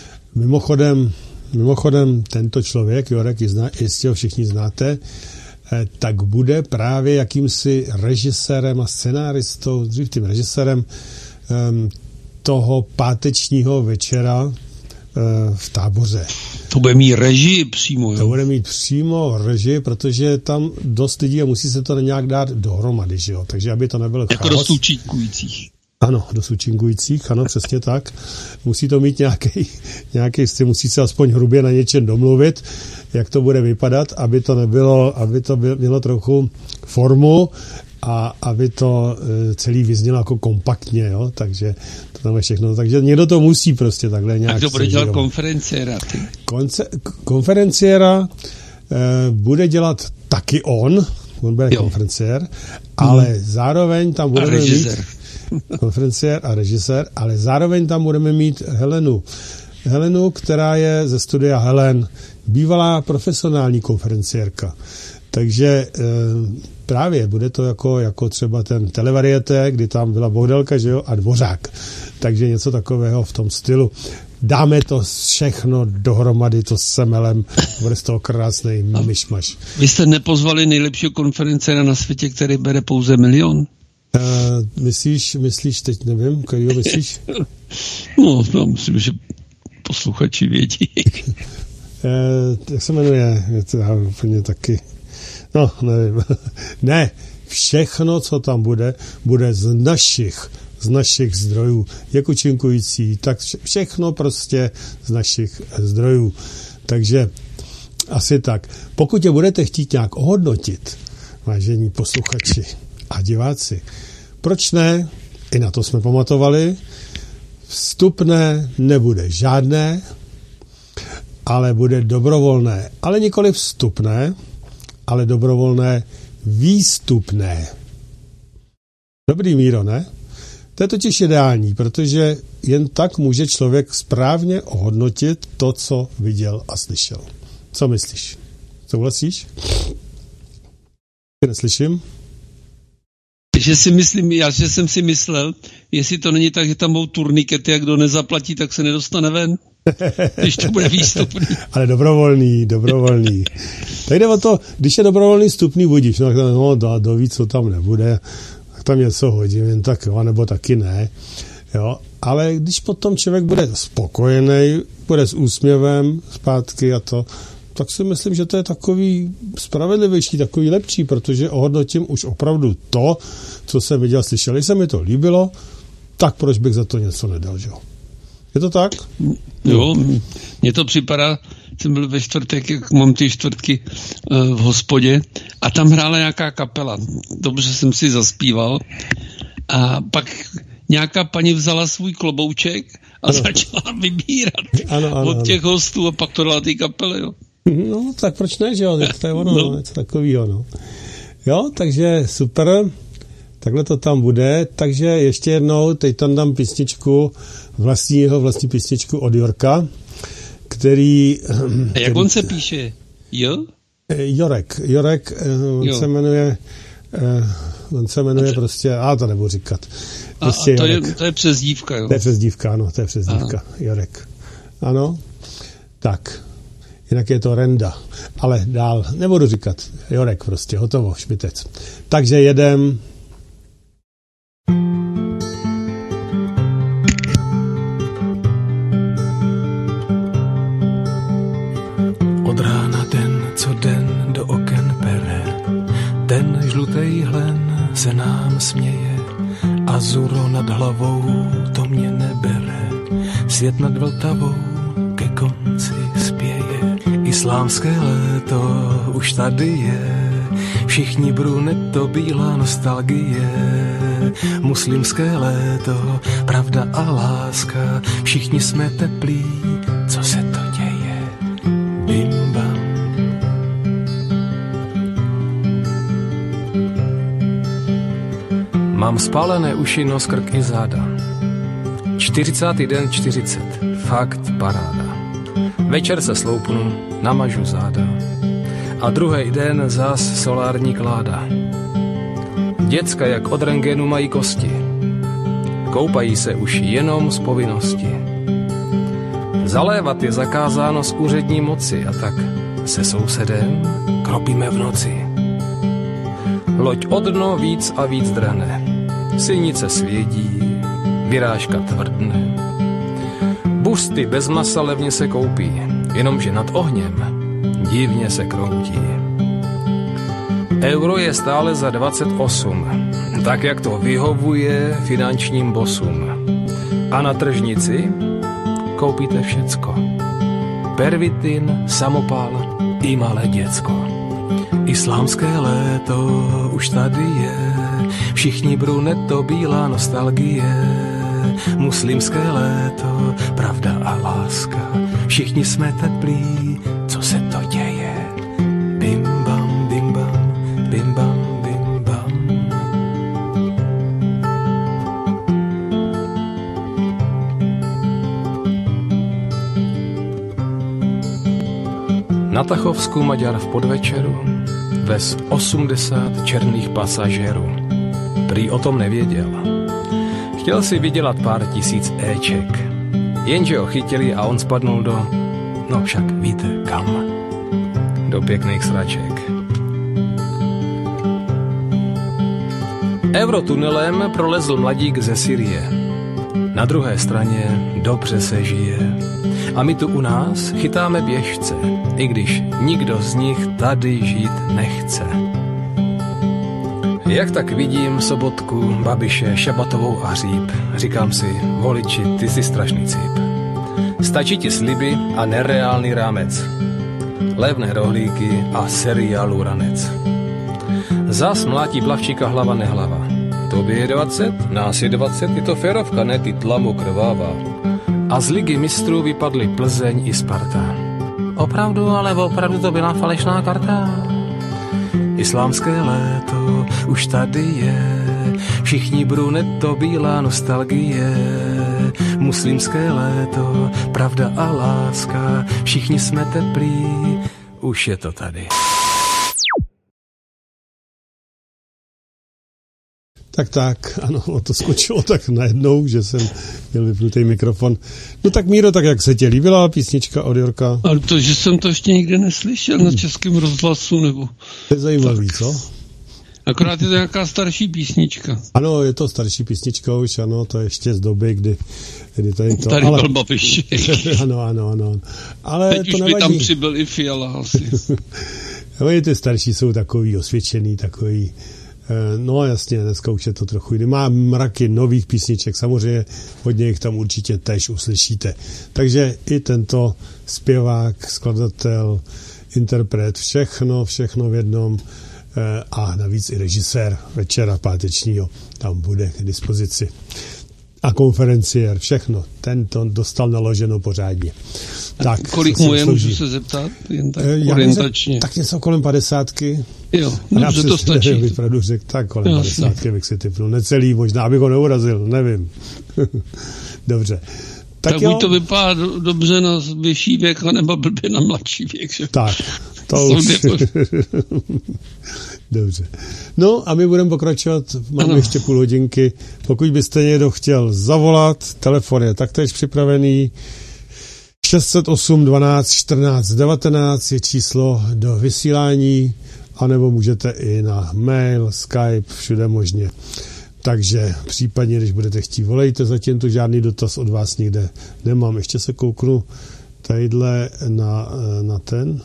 Mimochodem tento člověk, Jurek, jistě ho všichni znáte, tak bude právě jakýmsi režisérem a scenáristou, dřív tím režisérem toho pátečního večera v Táboře. To bude mít režii přímo, jo? To bude mít přímo režii, protože tam dost lidí a musí se to nějak dát dohromady, že jo? Takže aby to nebylo jako chaos. Dost účinkujících. Ano, dost účinkujících, ano, přesně tak. Musí to mít nějaký styl, musí se aspoň hrubě na něčem domluvit, jak to bude vypadat, aby to mělo trochu formu a aby to celý vyznělo jako kompaktně, jo, takže to tam je všechno. Takže někdo to musí prostě takhle nějak. A kdo bude dělat konferenciéra? Konferenciéra bude dělat taky on bude konferenciér, ale zároveň tam budeme mít konferenciér a režisér, ale zároveň tam budeme mít Helenu, která je ze studia Helen, bývalá profesionální konferenciérka. Takže právě bude to jako třeba ten Televariete, kdy tam byla Bohdelka, že jo, a Dvořák. Takže něco takového v tom stylu. Dáme to všechno dohromady, to s semelem, bude z toho krásný myšmaš. Vy jste nepozvali nejlepšího konferenciéra na světě, který bere pouze 1 milion? Myslíš, teď nevím, kterýho myslíš? No, myslím, že posluchači vědí. Jak se jmenuje? Já úplně taky. No, nevím. Ne, všechno, co tam bude z našich zdrojů. Jak účinkující, tak všechno prostě z našich zdrojů. Takže asi tak. Pokud je budete chtít nějak ohodnotit, vážení posluchači a diváci, proč ne? I na to jsme pamatovali. Vstupné nebude žádné, ale bude dobrovolné. Ale nikoli vstupné, ale dobrovolné výstupné. Dobrý, Míro, ne? To je totiž ideální, protože jen tak může člověk správně ohodnotit to, co viděl a slyšel. Co myslíš? Souhlasíš? Neslyším? Že jsem si myslel, jestli to není tak, že tam budou turnikety a kdo nezaplatí, tak se nedostane ven. Když to bude výstupný. Ale dobrovolný. Tak jde o to, když je dobrovolný vstupný budíš, no do víc, co tam nebude, tak tam něco hodím, jen tak jo, nebo taky ne. Jo. Ale když potom člověk bude spokojený, bude s úsměvem zpátky a to, tak si myslím, že to je takový spravedlivější, takový lepší, protože ohodnotím už opravdu to, co jsem viděl, slyšel. Když se mi to líbilo, tak proč bych za to něco nedal, že jo? Je to tak? Jo, mně to připadá, jsem byl ve čtvrtek, jak mám ty čtvrtky v hospodě a tam hrála nějaká kapela. Dobře jsem si zaspíval a pak nějaká paní vzala svůj klobouček a začala vybírat od těch hostů a pak to dala ty kapely, jo. No, tak proč ne, že jo, to je ono, něco takovýho, no. Jo, takže super, takhle to tam bude, takže ještě jednou, teď tam dám písničku, vlastní písničku od Jorka, který... A jak on se píše? Jo? Jorek, on se jmenuje prostě, to nebudu říkat. Prostě to je přezdívka, jo? To je přezdívka, ano, to je přezdívka, Jorek. Ano, tak, jinak je to Renda, ale dál, nebudu říkat, Jorek prostě, hotovo, šmitec. Takže jedem... Od rána den, co den do oken pere, ten žlutej hlen se nám směje, azuro nad hlavou to mě nebere, svět nad Vltavou ke konci spěje, islámské léto už tady je, všichni bruneto, bílá nostalgie, muslimské léto, pravda a láska, všichni jsme teplí, co se to děje, bim bam. Mám spálené uši, nos, krk i záda. 40. den 40, fakt paráda. Večer se sloupnu, namažu záda. A druhý den zas solární kláda. Děcka jak od rentgenu mají kosti. Koupají se už jenom z povinnosti. Zalévat je zakázáno z úřední moci a tak se sousedem kropíme v noci. Loď od dno víc a víc drhne. Silnice svědí, vyrážka tvrdne. Busty bez masa levně se koupí, jenomže nad ohněm divně se kroutí. Euro je stále za 28, tak jak to vyhovuje finančním bosům. A na tržnici koupíte všecko. Pervitin, samopal i malé děcko. Islámské léto už tady je, všichni bruneto, bílá nostalgie. Muslimské léto, pravda a láska, všichni jsme teplí, co se to děje? Bim bam, bim bam, bim bam, bim bam. Na Tachovsku Maďar v podvečeru vez 80 černých pasažérů. Prý o tom nevěděl. Chtěl si vydělat pár tisíc éček, jenže ho chytili a on spadnul do, no však víte kam, do pěkných sraček. Eurotunelem prolezl mladík ze Syrie. Na druhé straně dobře se žije. A my tu u nás chytáme běžce, i když nikdo z nich tady žít nechce. Jak tak vidím Sobotku, Babiše, Šabatovou a Hříb, říkám si, voliči, ty jsi strašný cíp. Stačí ti sliby a nereálný rámec, levné rohlíky a seriálu ranec. Zas mlátí Plavčíka hlava nehlava. Tobě je 20, nás je 20, je to férovka, ne ty tlamu krvává. A z ligy mistrů vypadly Plzeň i Sparta. Opravdu, ale opravdu to byla falešná karta. Islámské léto už tady je, všichni bruneto, bílá nostalgie. Muslimské léto, pravda a láska, všichni jsme teplí, už je to tady. Tak, ano, to skočilo tak najednou, že jsem měl vypnutý mikrofon. No tak Míro, tak jak se ti líbila písnička od Jorka? Ale to, že jsem to ještě nikde neslyšel na Českém rozhlasu, nebo... To je zajímavý, co? Akorát je to nějaká starší písnička. Ano, je to starší písnička už, ano, to je ještě z doby, kdy tady to... Tady byl Babiš. Ano. Ale teď to už nevadí. by tam přibyl i Fiala asi. Ty starší jsou takový osvědčený, takový... No jasně, dneska už je to trochu jiný. Má mraky nových písniček, samozřejmě hodně jich tam určitě též uslyšíte. Takže i tento zpěvák, skladatel, interpret, všechno v jednom a navíc i režisér večera pátečního tam bude k dispozici. a konferenciér, všechno. Ten to dostal naloženo pořádně. Tak, kolik mu je, můžu se zeptat? Jen tak orientačně. Tak něco kolem 50. Jo, dobře, to stačí. Bych pravdu řekl, tak kolem 50 bych si typnul. Necelý, možná, abych ho neurazil, nevím. Dobře. Tak buď to vypadá dobře na vyšší věk, nebo blbě na mladší věk. Že? Tak, to už. Dobře. No a my budeme pokračovat, máme ještě půl hodinky. Pokud byste někdo chtěl zavolat, telefon je taktéž připravený. 608 12 14 19 je číslo do vysílání, anebo můžete i na mail, Skype, všude možně. Takže případně, když budete chtít, volejte, zatím to žádný dotaz od vás nikde nemám. Ještě se kouknu tadyhle na ten.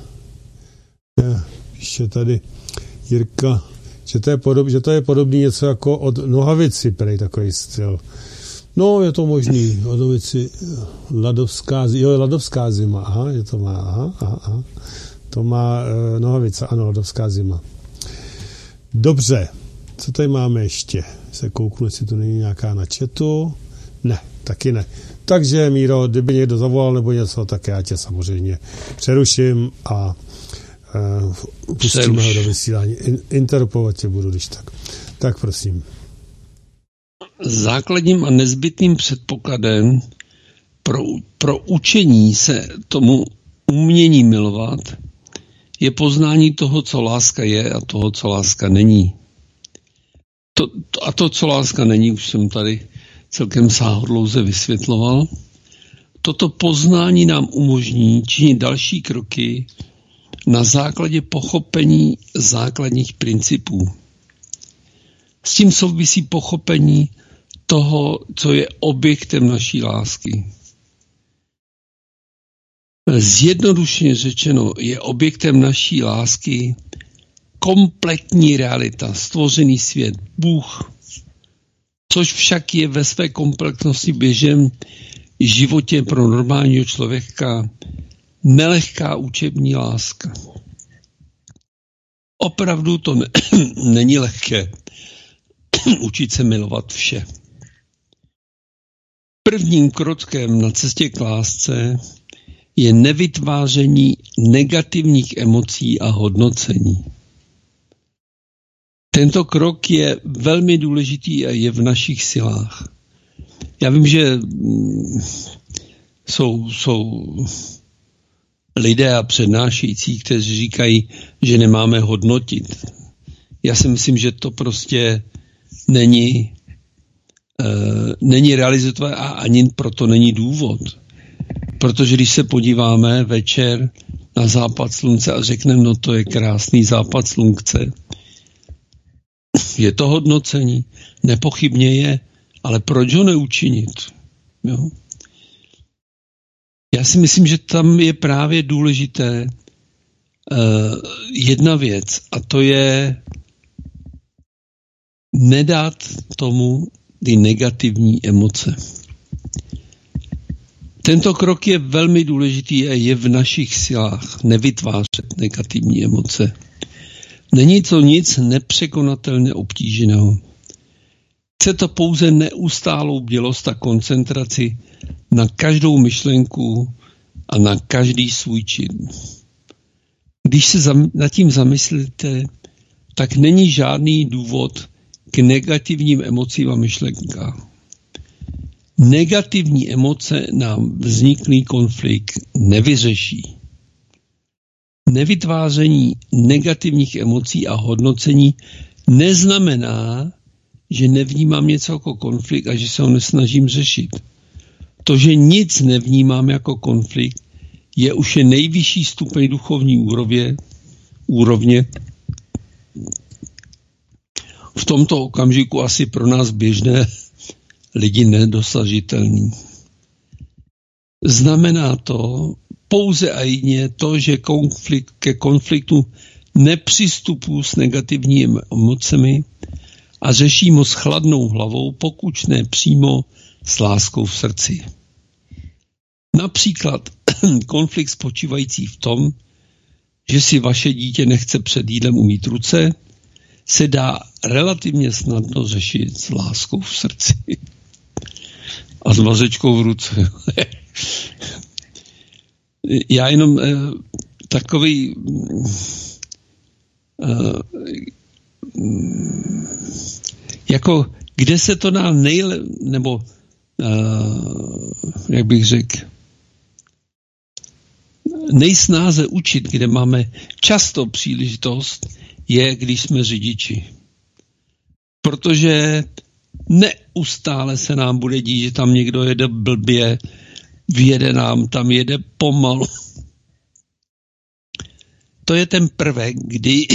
Píše tady Jirka, že to je podobný něco jako od Nohavici, prej takový styl. No, je to možný. Od Nohavici Ladovská zima. Aha, je to má, aha. To má Nohavice, ano, Ladovská zima. Dobře, co tady máme ještě? Se kouknu, jestli to není nějaká na chatu. Ne, taky ne. Takže, Míro, kdyby někdo zavolal nebo něco, tak já tě samozřejmě přeruším a pustíme ho do vysílání. Interpelovat tě budu, když tak. Tak prosím. Základním a nezbytným předpokladem pro učení se tomu umění milovat je poznání toho, co láska je a toho, co láska není. To, co láska není, už jsem tady celkem sáhodlouze vysvětloval. Toto poznání nám umožní činit další kroky na základě pochopení základních principů. S tím souvisí pochopení toho, co je objektem naší lásky. Zjednodušeně řečeno, je objektem naší lásky kompletní realita, stvořený svět, Bůh, což však je ve své komplexnosti v běžném životě pro normálního člověka nelehká učební láska. Opravdu to není lehké učit se milovat vše. Prvním krokem na cestě k lásce je nevytváření negativních emocí a hodnocení. Tento krok je velmi důležitý a je v našich silách. Já vím, že jsou lidé a přednášející, kteří říkají, že nemáme hodnotit. Já si myslím, že to prostě není realizovatelné a ani proto není důvod. Protože když se podíváme večer na západ slunce a řekneme, no to je krásný západ slunce, je to hodnocení? Nepochybně je, ale proč ho neučinit? Jo? Já si myslím, že tam je právě důležité jedna věc, a to je nedat tomu ty negativní emoce. Tento krok je velmi důležitý a je v našich silách nevytvářet negativní emoce. Není to nic nepřekonatelně obtížného. Chce to pouze neustálou bdělost a koncentraci na každou myšlenku a na každý svůj čin. Když se nad tím zamyslíte, tak není žádný důvod k negativním emocím a myšlenkám. Negativní emoce nám vzniklý konflikt nevyřeší. Nevytváření negativních emocí a hodnocení neznamená, že nevnímám něco jako konflikt a že se ho nesnažím řešit. To, že nic nevnímám jako konflikt, je už nejvyšší stupeň duchovní úrovně. V tomto okamžiku asi pro nás běžné lidi nedosažitelný. Znamená to pouze a jedině to, že ke konfliktu nepřistupuji s negativními emocemi a řeším ho s chladnou hlavou, pokud ne přímo s láskou v srdci. Například konflikt spočívající v tom, že si vaše dítě nechce před jídlem umýt ruce, se dá relativně snadno řešit s láskou v srdci. a s vazečkou v ruce. Já jenom takový jako kde se to dá nebo jak bych řekl, nejsnáze učit, kde máme často příležitost, je, když jsme řidiči. Protože neustále se nám bude dít, že tam někdo jede blbě, vyjede nám, tam jede pomalu. To je ten prvek, kdy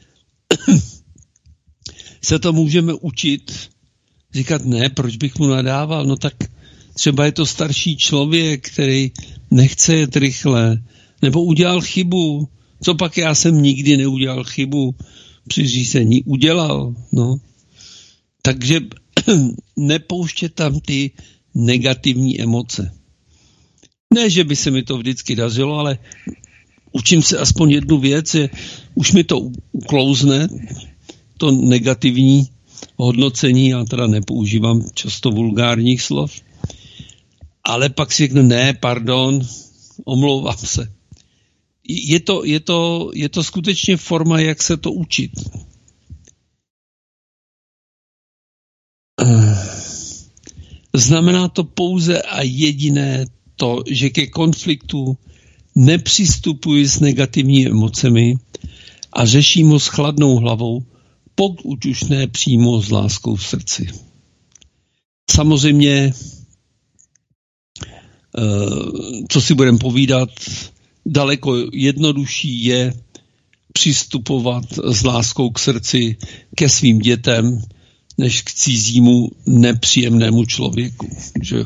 se to můžeme učit, říkat ne, proč bych mu nadával, no tak třeba je to starší člověk, který nechce jet rychle, nebo udělal chybu. Co pak já jsem nikdy neudělal chybu při řízení? Udělal, no. Takže nepouštět tam ty negativní emoce. Ne, že by se mi to vždycky dařilo, ale učím se aspoň jednu věc, že už mi to uklouzne, to negativní hodnocení, já teda nepoužívám často vulgárních slov, ale pak si řeknu, ne, pardon, omlouvám se. Je to skutečně forma, jak se to učit. Znamená to pouze a jediné to, že ke konfliktu nepřistupuji s negativními emocemi a řeším ho s chladnou hlavou, pokud už ne přímo s láskou v srdci. Samozřejmě, co si budeme povídat, daleko jednodušší je přistupovat s láskou k srdci ke svým dětem, než k cizímu nepříjemnému člověku. Že?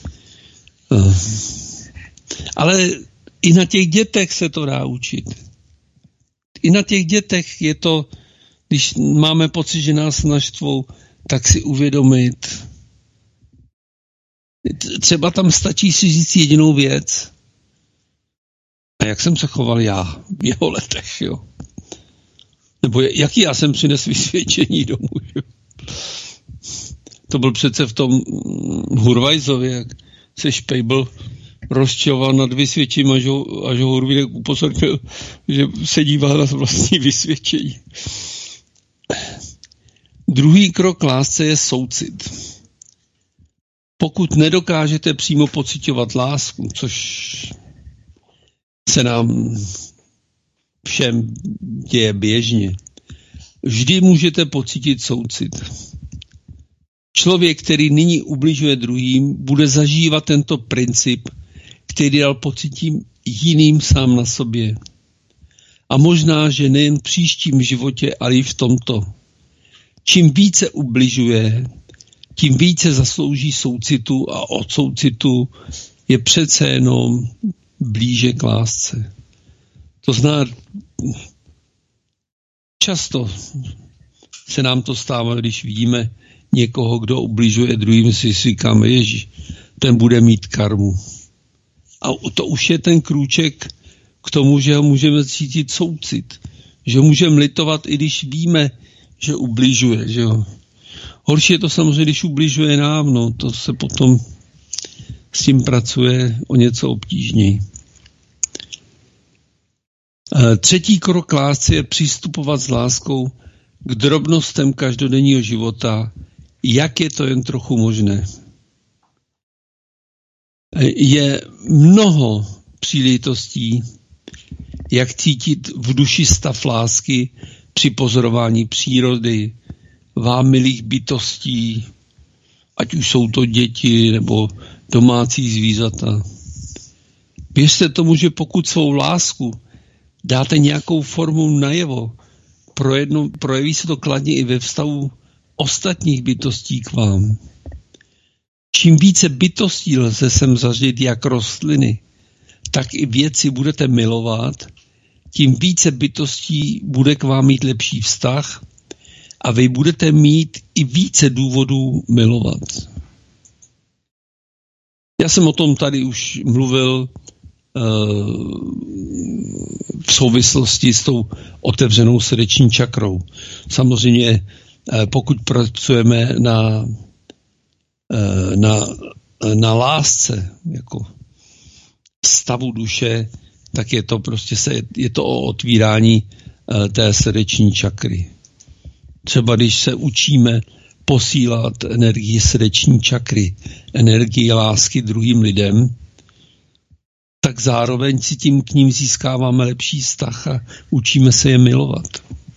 Ale i na těch dětech se to dá učit. I na těch dětech je to, když máme pocit, že nás naštvou, tak si uvědomit. Třeba tam stačí si říct jedinou věc. A jak jsem se choval já v jeho letech, jo? Nebo jaký já jsem přines vysvědčení domů, jo? To byl přece v tom Hurvajzově, jak se Špejbl rozčiloval nad vysvědčením, až ho Hurvínek upozornil, že se dívá na vlastní vysvědčení. Druhý krok lásce je soucit. Pokud nedokážete přímo pociťovat lásku, což se nám všem děje běžně, vždy můžete pocítit soucit. Člověk, který nyní ubližuje druhým, bude zažívat tento princip, který dal pocitím jiným sám na sobě. A možná, že nejen v příštím životě, ale i v tomto. Čím více ubližuje, tím více zaslouží soucitu a od soucitu je přece jenom blíže k lásce. To znamená, často se nám to stává, když vidíme někoho, kdo ubližuje druhým, si říkáme, Ježíš, ten bude mít karmu. A to už je ten krůček k tomu, že ho můžeme cítit soucit. Že můžeme litovat, i když víme, že ubližuje. Že jo. Horší je to samozřejmě, když ubližuje nám, no, to se potom s tím pracuje o něco obtížněji. Třetí krok lásce je přistupovat s láskou k drobnostem každodenního života, jak je to jen trochu možné. Je mnoho příležitostí, jak cítit v duši stav lásky při pozorování přírody, vám milých bytostí, ať už jsou to děti nebo domácí zvířata. Věřte tomu, že pokud svou lásku dáte nějakou formou najevo, projeví se to kladně i ve vztahu ostatních bytostí k vám. Čím více bytostí lze sem zažít jak rostliny, tak i věci budete milovat, tím více bytostí bude k vám mít lepší vztah a vy budete mít i více důvodů milovat. Já jsem o tom tady už mluvil v souvislosti s tou otevřenou srdeční čakrou. Samozřejmě, pokud pracujeme na na lásce, jako stavu duše, tak je to prostě je to o otvírání té srdeční čakry. Třeba když se učíme posílat energii srdeční čakry, energii lásky druhým lidem, tak zároveň si tím k ním získáváme lepší vztah a učíme se je milovat.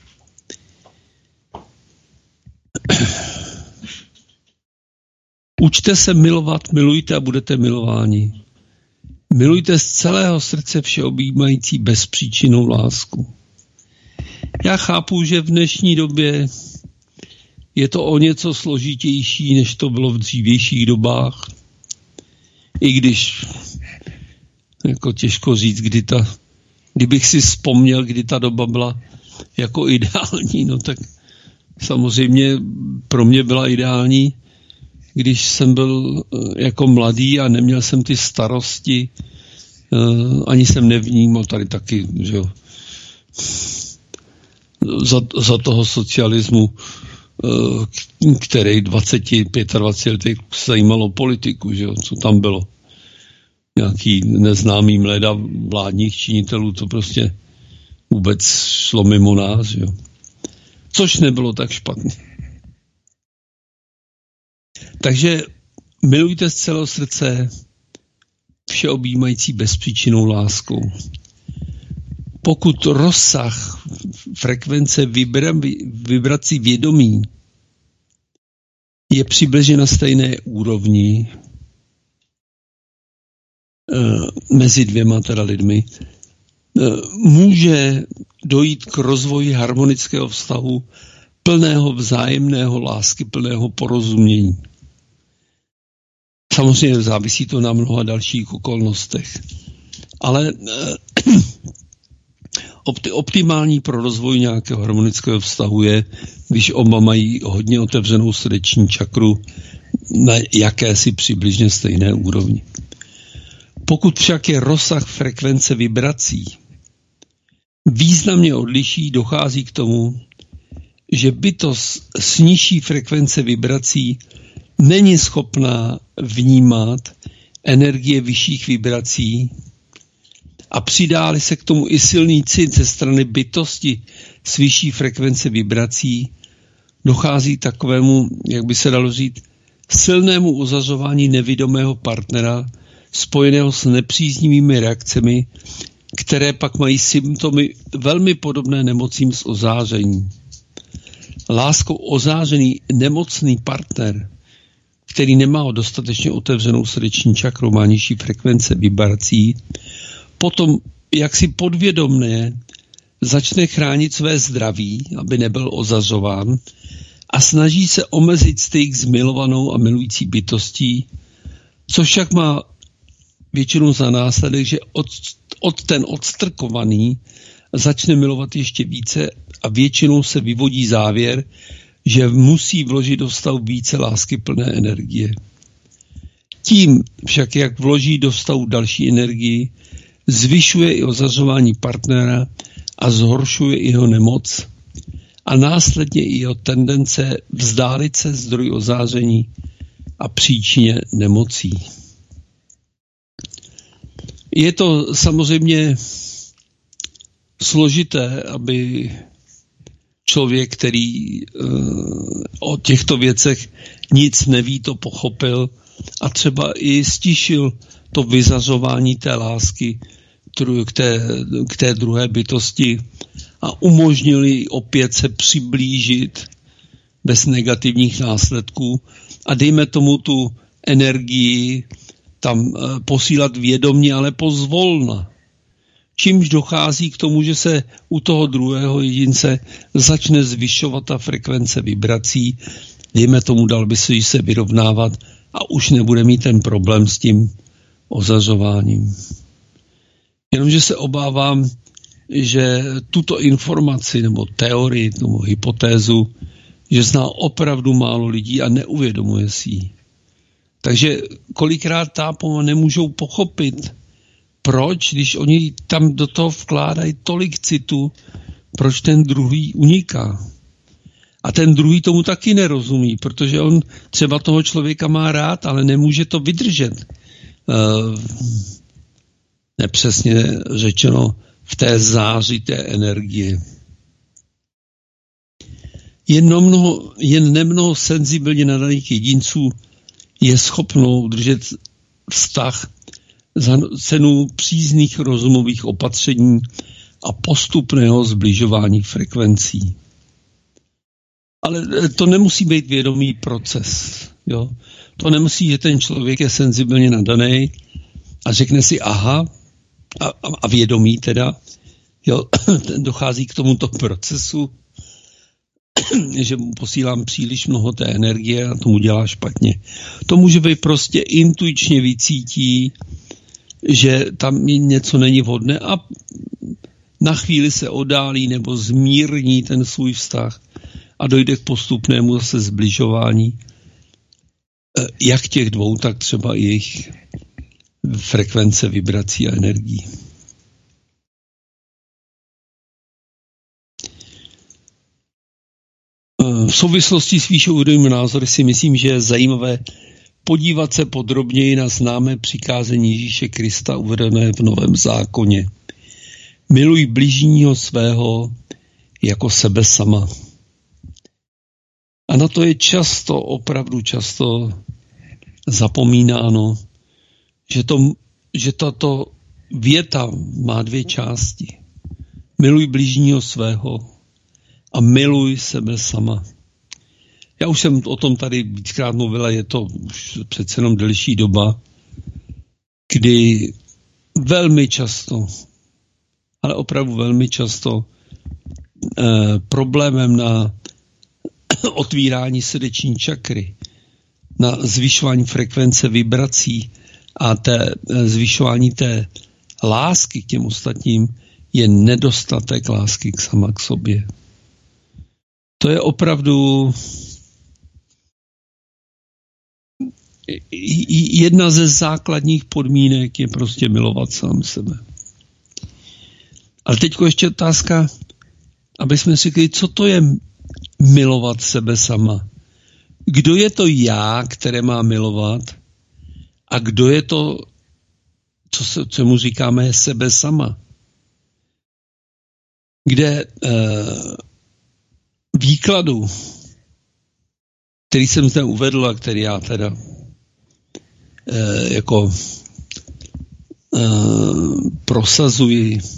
Učte se milovat, milujte a budete milováni. Milujte z celého srdce všeobjímající bezpříčinnou lásku. Já chápu, že v dnešní době je to o něco složitější, než to bylo v dřívějších dobách. I když jako těžko říct, kdybych si vzpomněl, kdy ta doba byla jako ideální, no tak samozřejmě pro mě byla ideální, když jsem byl jako mladý a neměl jsem ty starosti, ani jsem nevnímal tady taky, že jo, za toho socialismu, který 25 letech zajímalo politiku, že jo, co tam bylo. Nějaký neznámý mléda vládních činitelů, to prostě vůbec šlo mimo nás, že jo. Což nebylo tak špatně. Takže milujte z celého srdce všeobjímající bezpříčinnou láskou. Pokud rozsah frekvence vibrací vědomí je přibližně na stejné úrovni mezi dvěma teda lidmi, může dojít k rozvoji harmonického vztahu plného vzájemného lásky, plného porozumění. Samozřejmě závisí to na mnoha dalších okolnostech. Ale optimální pro rozvoj nějakého harmonického vztahu je, když oba mají hodně otevřenou srdeční čakru na jakési přibližně stejné úrovni. Pokud však je rozsah frekvence vibrací významně odliší, dochází k tomu, že bytost s nižší frekvence vibrací není schopná vnímat energie vyšších vibrací a přidá-li se k tomu i silný cit ze strany bytosti s vyšší frekvence vibrací, dochází k takovému, jak by se dalo říct, silnému uzařování nevidomého partnera spojeného s nepříznivými reakcemi, které pak mají symptomy velmi podobné nemocím z ozáření. Láskou ozářený nemocný partner, který nemá dostatečně otevřenou srdeční čakru, má nižší frekvence vibrací, potom jaksi podvědomně začne chránit své zdraví, aby nebyl ozařován, a snaží se omezit styk s milovanou a milující bytostí, což však má většinou za následek, že ten odstrkovaný začne milovat ještě více a většinou se vyvodí závěr, že musí vložit do vztahu více lásky plné energie. Tím však, jak vloží do vztahu další energii, zvyšuje i ozařování partnera a zhoršuje i jeho nemoc a následně i jeho tendence vzdálit se zdroji ozáření a příčině nemocí. Je to samozřejmě složité, aby člověk, který o těchto věcech nic neví, to pochopil a třeba i stišil to vyzařování té lásky k té druhé bytosti a umožnili opět se přiblížit bez negativních následků a dejme tomu tu energii tam posílat vědomně, ale pozvolna. Čímž dochází k tomu, že se u toho druhého jedince začne zvyšovat ta frekvence vibrací, dejme tomu, dal by se vyrovnávat a už nebude mít ten problém s tím ozařováním. Jenomže se obávám, že tuto informaci nebo teorii nebo hypotézu, že zná opravdu málo lidí a neuvědomuje si ji. Takže kolikrát tápoma nemůžou pochopit, proč, když oni tam do toho vkládají tolik citu, proč ten druhý uniká. A ten druhý tomu taky nerozumí, protože on třeba toho člověka má rád, ale nemůže to vydržet. Nepřesně řečeno v té záři té energie. Jen nemnoho senzibilně nadaných jedinců je schopno udržet vztah za cenu přísných rozumových opatření a postupného zbližování frekvencí. Ale to nemusí být vědomý proces. Jo? To nemusí, že ten člověk je senzibilně nadaný a řekne si aha a vědomí teda, jo? Dochází k tomuto procesu, že mu posílám příliš mnoho té energie a tomu dělá špatně. To může být prostě intuičně vycítí, že tam něco není vhodné a na chvíli se oddálí nebo zmírní ten svůj vztah a dojde k postupnému zase zbližování jak těch dvou, tak třeba i jejich frekvence, vibrací a energií. V souvislosti s výše uvedenými názory si myslím, že je zajímavé podívat se podrobněji na známé přikázání Ježíše Krista uvedené v Novém zákoně. Miluj bližního svého jako sebe sama. A na to je často, opravdu často zapomínáno, že tato věta má dvě části. Miluj bližního svého a miluj sebe sama. Já už jsem o tom tady víckrát mluvila, je to už přece jenom delší doba, kdy velmi často, ale opravdu velmi často problémem na otvírání srdeční čakry, na zvyšování frekvence vibrací a zvyšování té lásky k těm ostatním je nedostatek lásky sama k sobě. To je opravdu jedna ze základních podmínek je prostě milovat sám sebe. Ale teďko ještě otázka, aby jsme si řekli, co to je milovat sebe sama. Kdo je to já, které má milovat a kdo je to, co mu říkáme sebe sama. Kde výkladu, který jsem zde uvedl a který já teda prosazuji,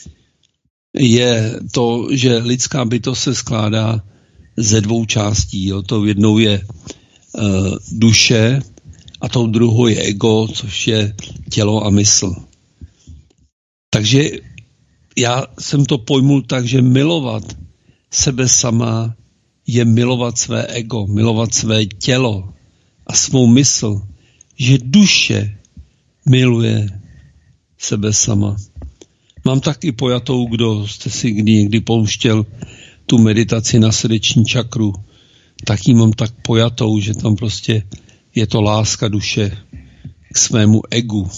je to, že lidská bytost se skládá ze dvou částí. Jo. To jednou je duše a tou druhou je ego, což je tělo a mysl. Takže já jsem to pojmul tak, že milovat sebe sama je milovat své ego, milovat své tělo a svou mysl, že duše miluje sebe sama. Mám taky pojatou, kdo jste si někdy pouštěl tu meditaci na srdeční čakru, tak ji mám tak pojatou, že tam prostě je to láska duše k svému egu.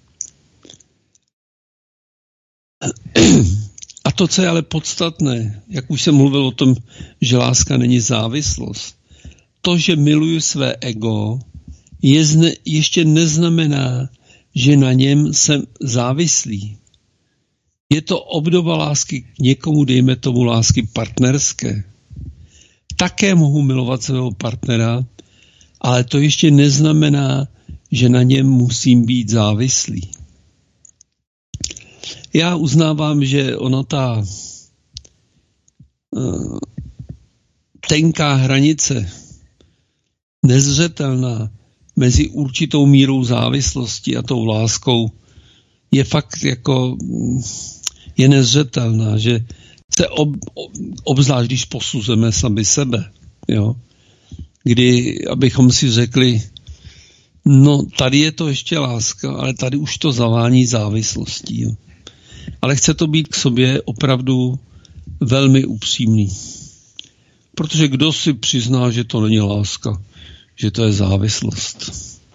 A to, co je ale podstatné, jak už jsem mluvil o tom, že láska není závislost, to, že miluju své ego, ještě neznamená, že na něm jsem závislý. Je to obdoba lásky k někomu, dejme tomu lásky partnerské. Také mohu milovat svého partnera, ale to ještě neznamená, že na něm musím být závislý. Já uznávám, že ona ta tenká hranice, nezřetelná mezi určitou mírou závislosti a tou láskou, je fakt jako je nezřetelná, že se obzvlášť, když posuzujeme sami sebe, jo, kdy, abychom si řekli, no tady je to ještě láska, ale tady už to zavání závislostí, jo. Ale chce to být k sobě opravdu velmi upřímný. Protože kdo si přizná, že to není láska, že to je závislost.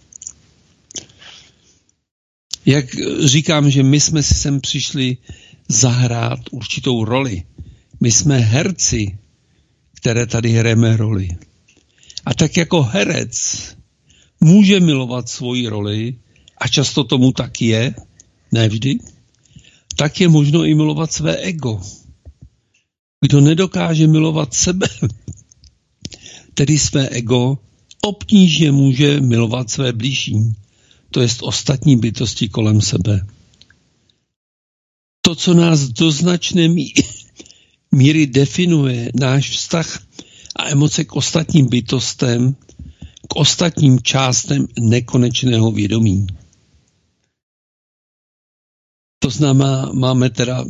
Jak říkám, že my jsme si sem přišli zahrát určitou roli. My jsme herci, které tady hrajeme roli. A tak jako herec může milovat svoji roli, a často tomu tak je, ne vždy, tak je možno i milovat své ego. Kdo nedokáže milovat sebe, tedy své ego, obtížně může milovat své blížní, to jest ostatní bytosti kolem sebe. To, co nás do značné míry definuje, náš vztah a emoce k ostatním bytostem, k ostatním částem nekonečného vědomí. To znamená, máme teda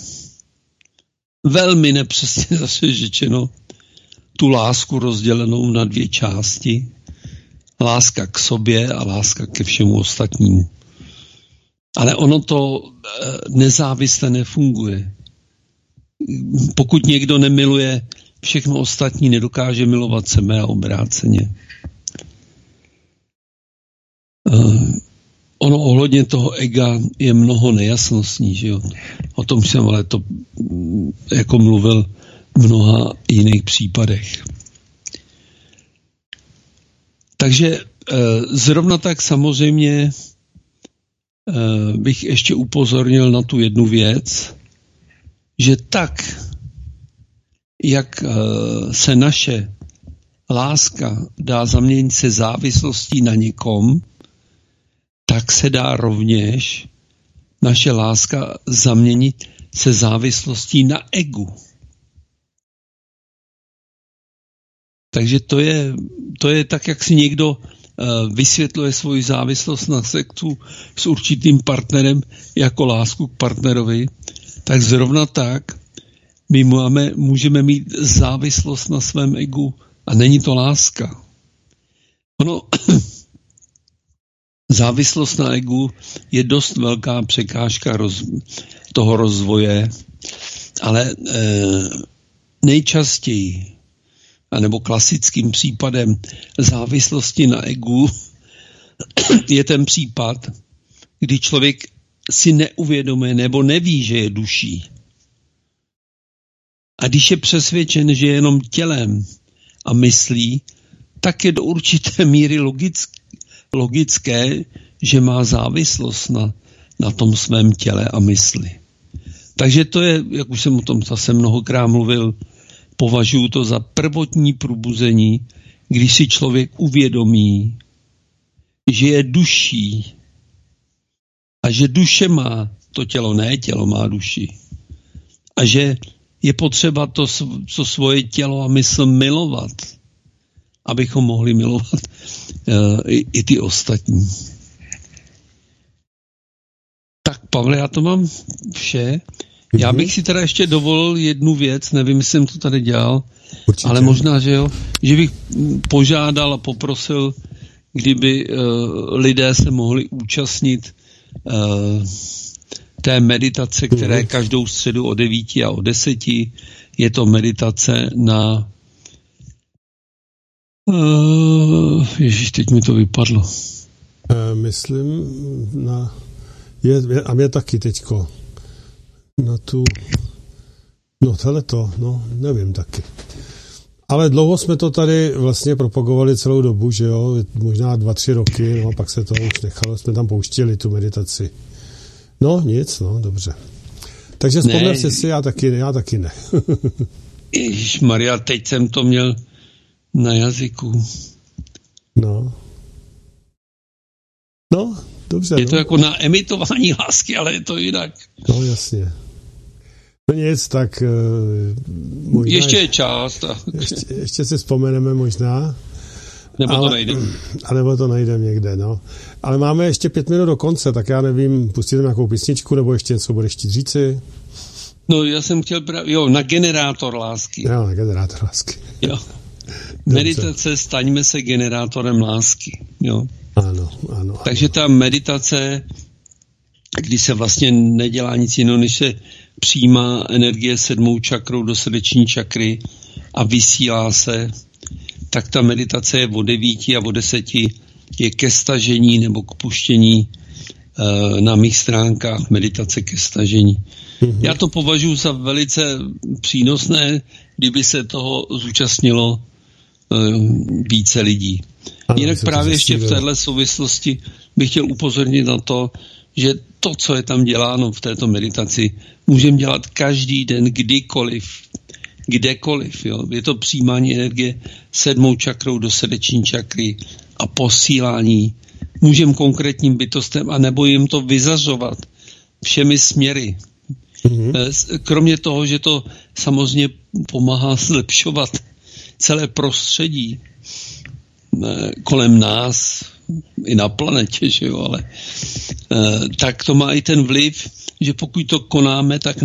velmi nepřesně zase řečeno tu lásku rozdělenou na dvě části. Láska k sobě a láska ke všemu ostatnímu. Ale ono to nezávisle nefunguje. Pokud někdo nemiluje všechno ostatní, nedokáže milovat sebe a obráceně. Ono ohledně toho ega je mnoho nejasností, že jo. O tom jsem ale to jako mluvil v mnoha jiných případech. Takže zrovna tak samozřejmě bych ještě upozornil na tu jednu věc, že tak, jak se naše láska dá zaměnit se závislostí na někom, tak se dá rovněž naše láska zaměnit se závislostí na egu. Takže to je tak, jak si někdo vysvětluje svoji závislost na sexu s určitým partnerem jako lásku k partnerovi, tak zrovna tak my můžeme mít závislost na svém egu a není to láska. Ono, závislost na egu je dost velká překážka toho rozvoje, ale nejčastěji anebo klasickým případem závislosti na egu je ten případ, kdy člověk si neuvědomuje nebo neví, že je duší. A když je přesvědčen, že je jenom tělem a myslí, tak je do určité míry logické, že má závislost na tom svém těle a mysli. Takže to je, jak už jsem o tom zase mnohokrát mluvil, považuji to za prvotní probuzení, když si člověk uvědomí, že je duší a že duše má to tělo, ne tělo má duši. A že je potřeba to svoje tělo a mysl milovat, abychom mohli milovat i ty ostatní. Tak, Pavle, já to mám vše. Já bych si teda ještě dovolil jednu věc, nevím, jestli jsem to tady dělal, určitě. Ale možná, že jo, že bych požádal a poprosil, kdyby lidé se mohli účastnit té meditace, které každou středu o 9 a o 10. Je to meditace na... Ježiš, teď mi to vypadlo. Myslím na... A mě taky teďko. Na tu... No tohleto, nevím taky. Ale dlouho jsme to tady vlastně propagovali celou dobu, že jo, možná 2-3 roky, a pak se to už nechalo, jsme tam pouštěli tu meditaci. No nic, dobře. Takže vzpomněl jsi si, já taky ne. Ježišmarja, teď jsem to měl na jazyku. No, dobře. Je to jako na emitování lásky, ale je to jinak. No, jasně. No nic, tak možná... Ještě je čas. Ještě si vzpomeneme možná. Nebo to najdeme. A nebo to najdeme někde, Ale máme ještě 5 minut do konce, tak já nevím, pustíte nějakou písničku, nebo ještě něco budeš chtít říci? No, já jsem chtěl na generátor lásky. Jo, na generátor lásky. Jo. Meditace, staňme se generátorem lásky. Jo. Ano. Takže ta meditace, kdy se vlastně nedělá nic jiného, než se přijímá energie 7. čakrou do srdeční čakry a vysílá se, tak ta meditace je o 9 a o 10 je ke stažení nebo k puštění na mých stránkách Meditace ke stažení. Já to považuji za velice přínosné, kdyby se toho zúčastnilo více lidí. Jinak právě ještě v téhle souvislosti bych chtěl upozornit na to, že to, co je tam děláno v této meditaci, můžeme dělat každý den, kdykoliv, kdekoliv. Jo. Je to přijímání energie 7. čakrou do srdeční čakry a posílání. Můžeme konkrétním bytostem a nebo jim to vyzařovat všemi směry. Kromě toho, že to samozřejmě pomáhá zlepšovat celé prostředí kolem nás, i na planetě, že jo, ale tak to má i ten vliv, že pokud to konáme, tak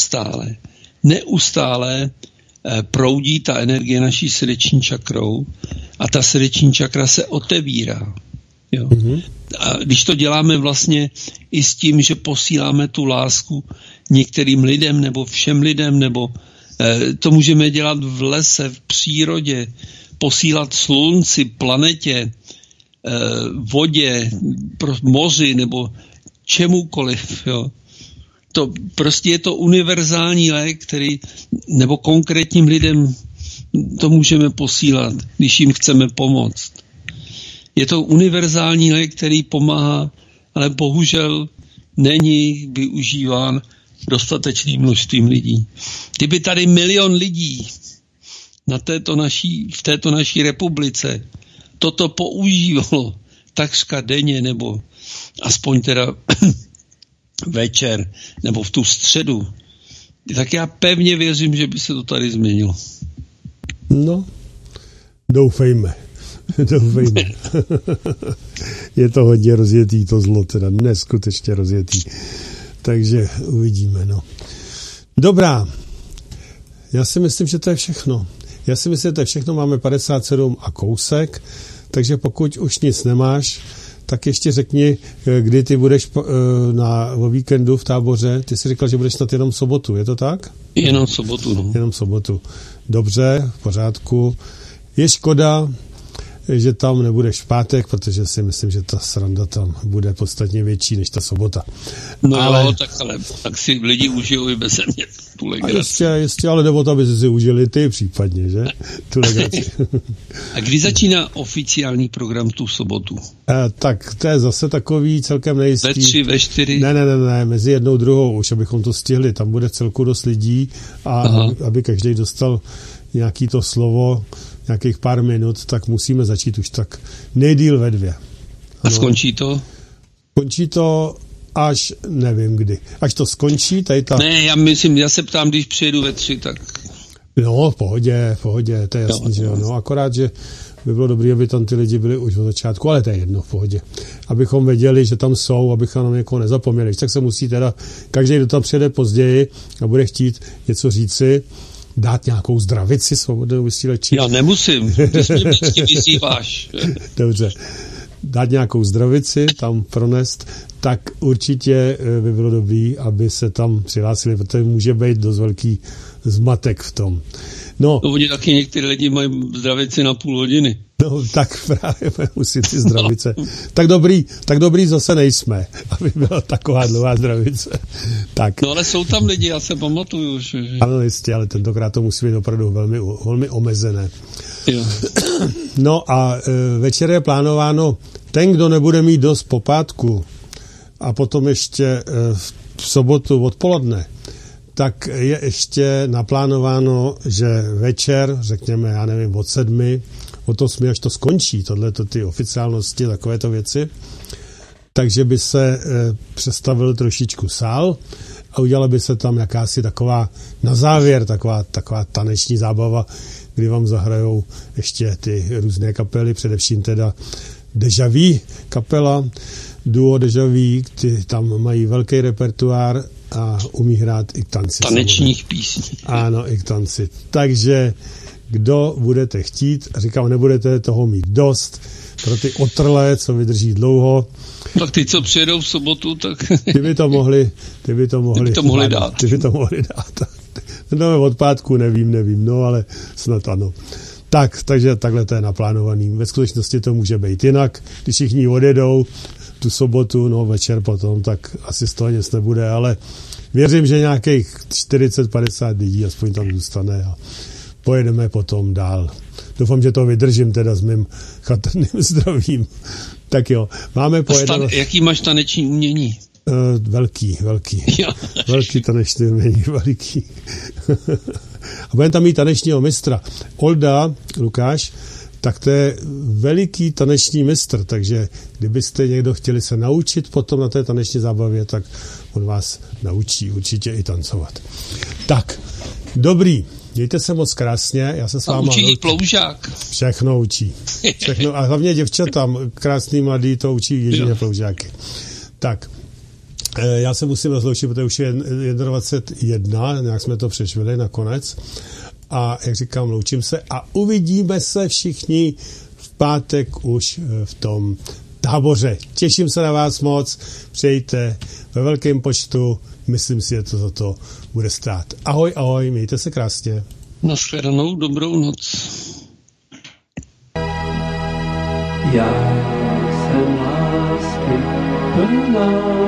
neustále proudí ta energie naší srdeční čakrou a ta srdeční čakra se otevírá. Jo. A když to děláme vlastně i s tím, že posíláme tu lásku některým lidem nebo všem lidem, nebo to můžeme dělat v lese, v přírodě, posílat slunci, planetě, vodě, moři nebo čemukoliv. Jo. To prostě je to univerzální lék, který, nebo konkrétním lidem to můžeme posílat, když jim chceme pomoct. Je to univerzální lék, který pomáhá, ale bohužel není využíván dostatečným množstvím lidí. Kdyby tady 1 milion lidí v této naší republice toto používalo takřka denně, nebo aspoň teda večer, nebo v tu středu, tak já pevně věřím, že by se to tady změnilo. No, doufejme. Doufejme. Je to hodně rozjetý to zlo, teda neskutečně rozjetý. Takže uvidíme, no. Dobrá. Já si myslím, že to je všechno. Máme 57 a kousek, takže pokud už nic nemáš, tak ještě řekni, kdy ty budeš o víkendu v Táboře. Ty jsi říkal, že budeš snad jenom sobotu, je to tak? Jenom sobotu, no. Jenom sobotu. Dobře, v pořádku. Je škoda, že tam nebudeš v pátek, protože si myslím, že ta sranda tam bude podstatně větší než ta sobota. No ale tak si lidi užijou i beze mě tu legraci. Jistě, ale nebo to, aby si užili ty případně, že? Tu legraci. A kdy začíná oficiální program tu sobotu? Tak to je zase takový celkem nejistý. Ve 3, ve 4? Ne, mezi 1 a 2, už abychom to stihli. Tam bude celku dost lidí a aby každý dostal nějaký to slovo, nějakých pár minut, tak musíme začít už tak nejdýl ve 2. Ano. A skončí to? Skončí to až nevím kdy. Až to skončí, tady ta... Ne, já se ptám, když přijedu ve 3, tak... No, v pohodě, to je jasný, že jo. No, akorát, že by bylo dobré, aby tam ty lidi byli už od začátku, ale to je jedno, v pohodě. Abychom věděli, že tam jsou, abychom na někoho nezapomněli. Tak se musí teda, každý, kdo tam přijede později a bude chtít něco říci, dát nějakou zdravici svobodného vysílači. Já nemusím, ty mě vždycky vyzýváš. Dobře. Dát nějakou zdravici, tam pronést, tak určitě by bylo dobrý, aby se tam přihlásili, protože může být dost velký zmatek v tom. No, oni taky některé lidi mají zdravici na půl hodiny. No, tak právě musí ty zdravice. No. Tak dobrý zase nejsme, aby byla taková dlouhá zdravice. Tak. No ale jsou tam lidi, já se pamatuju. Že... Ano, jistě, ale tentokrát to musí být opravdu velmi omezené. Jo. No a večer je plánováno, ten, kdo nebude mít dost po pátku a potom ještě v sobotu odpoledne, tak je ještě naplánováno, že večer, řekněme, já nevím, od 7, od 8, až to skončí, tohleto ty oficiálnosti, takovéto věci, takže by se přestavil trošičku sál a udělala by se tam jakási taková, na závěr, taková taneční zábava, kdy vám zahrajou ještě ty různé kapely, především teda Déjà Vu kapela, duo Déjà Vu, ty tam mají velký repertoár a umí hrát i tanci. Tanečních písní. Ano, i tanci. Takže kdo budete chtít, říkám, nebudete toho mít dost, pro ty otrlé, co vydrží dlouho. Tak ty, co přijedou v sobotu, tak... Ty by to mohli dát. No, od pátku nevím, no, ale snad ano. Takže takhle to je naplánovaný. Ve skutečnosti to může být jinak, když všichni odjedou tu sobotu, no večer potom, tak asi z toho nic nebude, ale věřím, že nějakých 40-50 lidí aspoň tam zůstane a pojedeme potom dál. Doufám, že to vydržím teda s mým chatrným zdravím. Tak jo, máme pojedeme. Jaký máš taneční umění? Velký. Jo. Velký taneční umění, veliký. A budeme tam mít tanečního mistra. Olda, Lukáš, tak to je veliký taneční mistr, takže kdybyste někdo chtěli se naučit potom na té taneční zábavě, tak on vás naučí určitě i tancovat. Tak, dobrý, mějte se moc krásně, já se s váma učí ploužák. Všechno učí. Všechno, a hlavně děvčata, krásný mladý, to učí jedině ploužáky. Tak, já se musím rozloučit, protože už je 21, nějak jsme to přešvili nakonec. A jak říkám, loučím se a uvidíme se všichni v pátek už v tom táboře. Těším se na vás moc, přejte ve velkém počtu, myslím si, že to za to bude stát. Ahoj, ahoj, mějte se krásně. Naschledanou, dobrou noc. Já jsem lásky plná,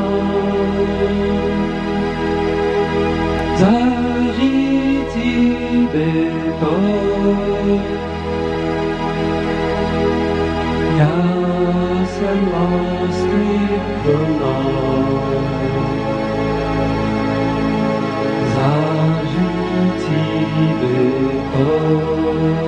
zářící bytoj. Já jsem lásky plná, zářící bytoj.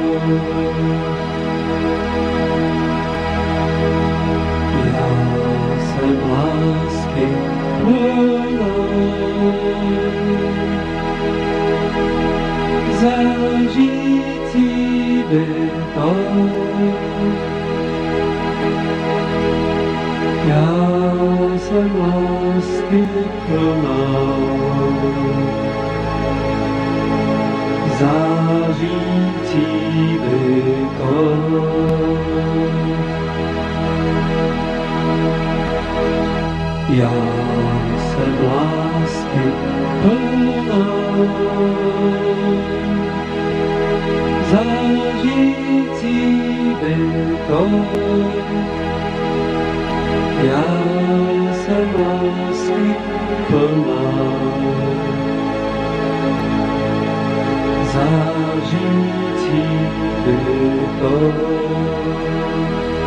Lásky plná, zářící bytoj. Já jsem lásky plná, zářící bytoj. Já jsem lásky plná, zářící bytoj. Já jsem lásky plná, zářící bytoj.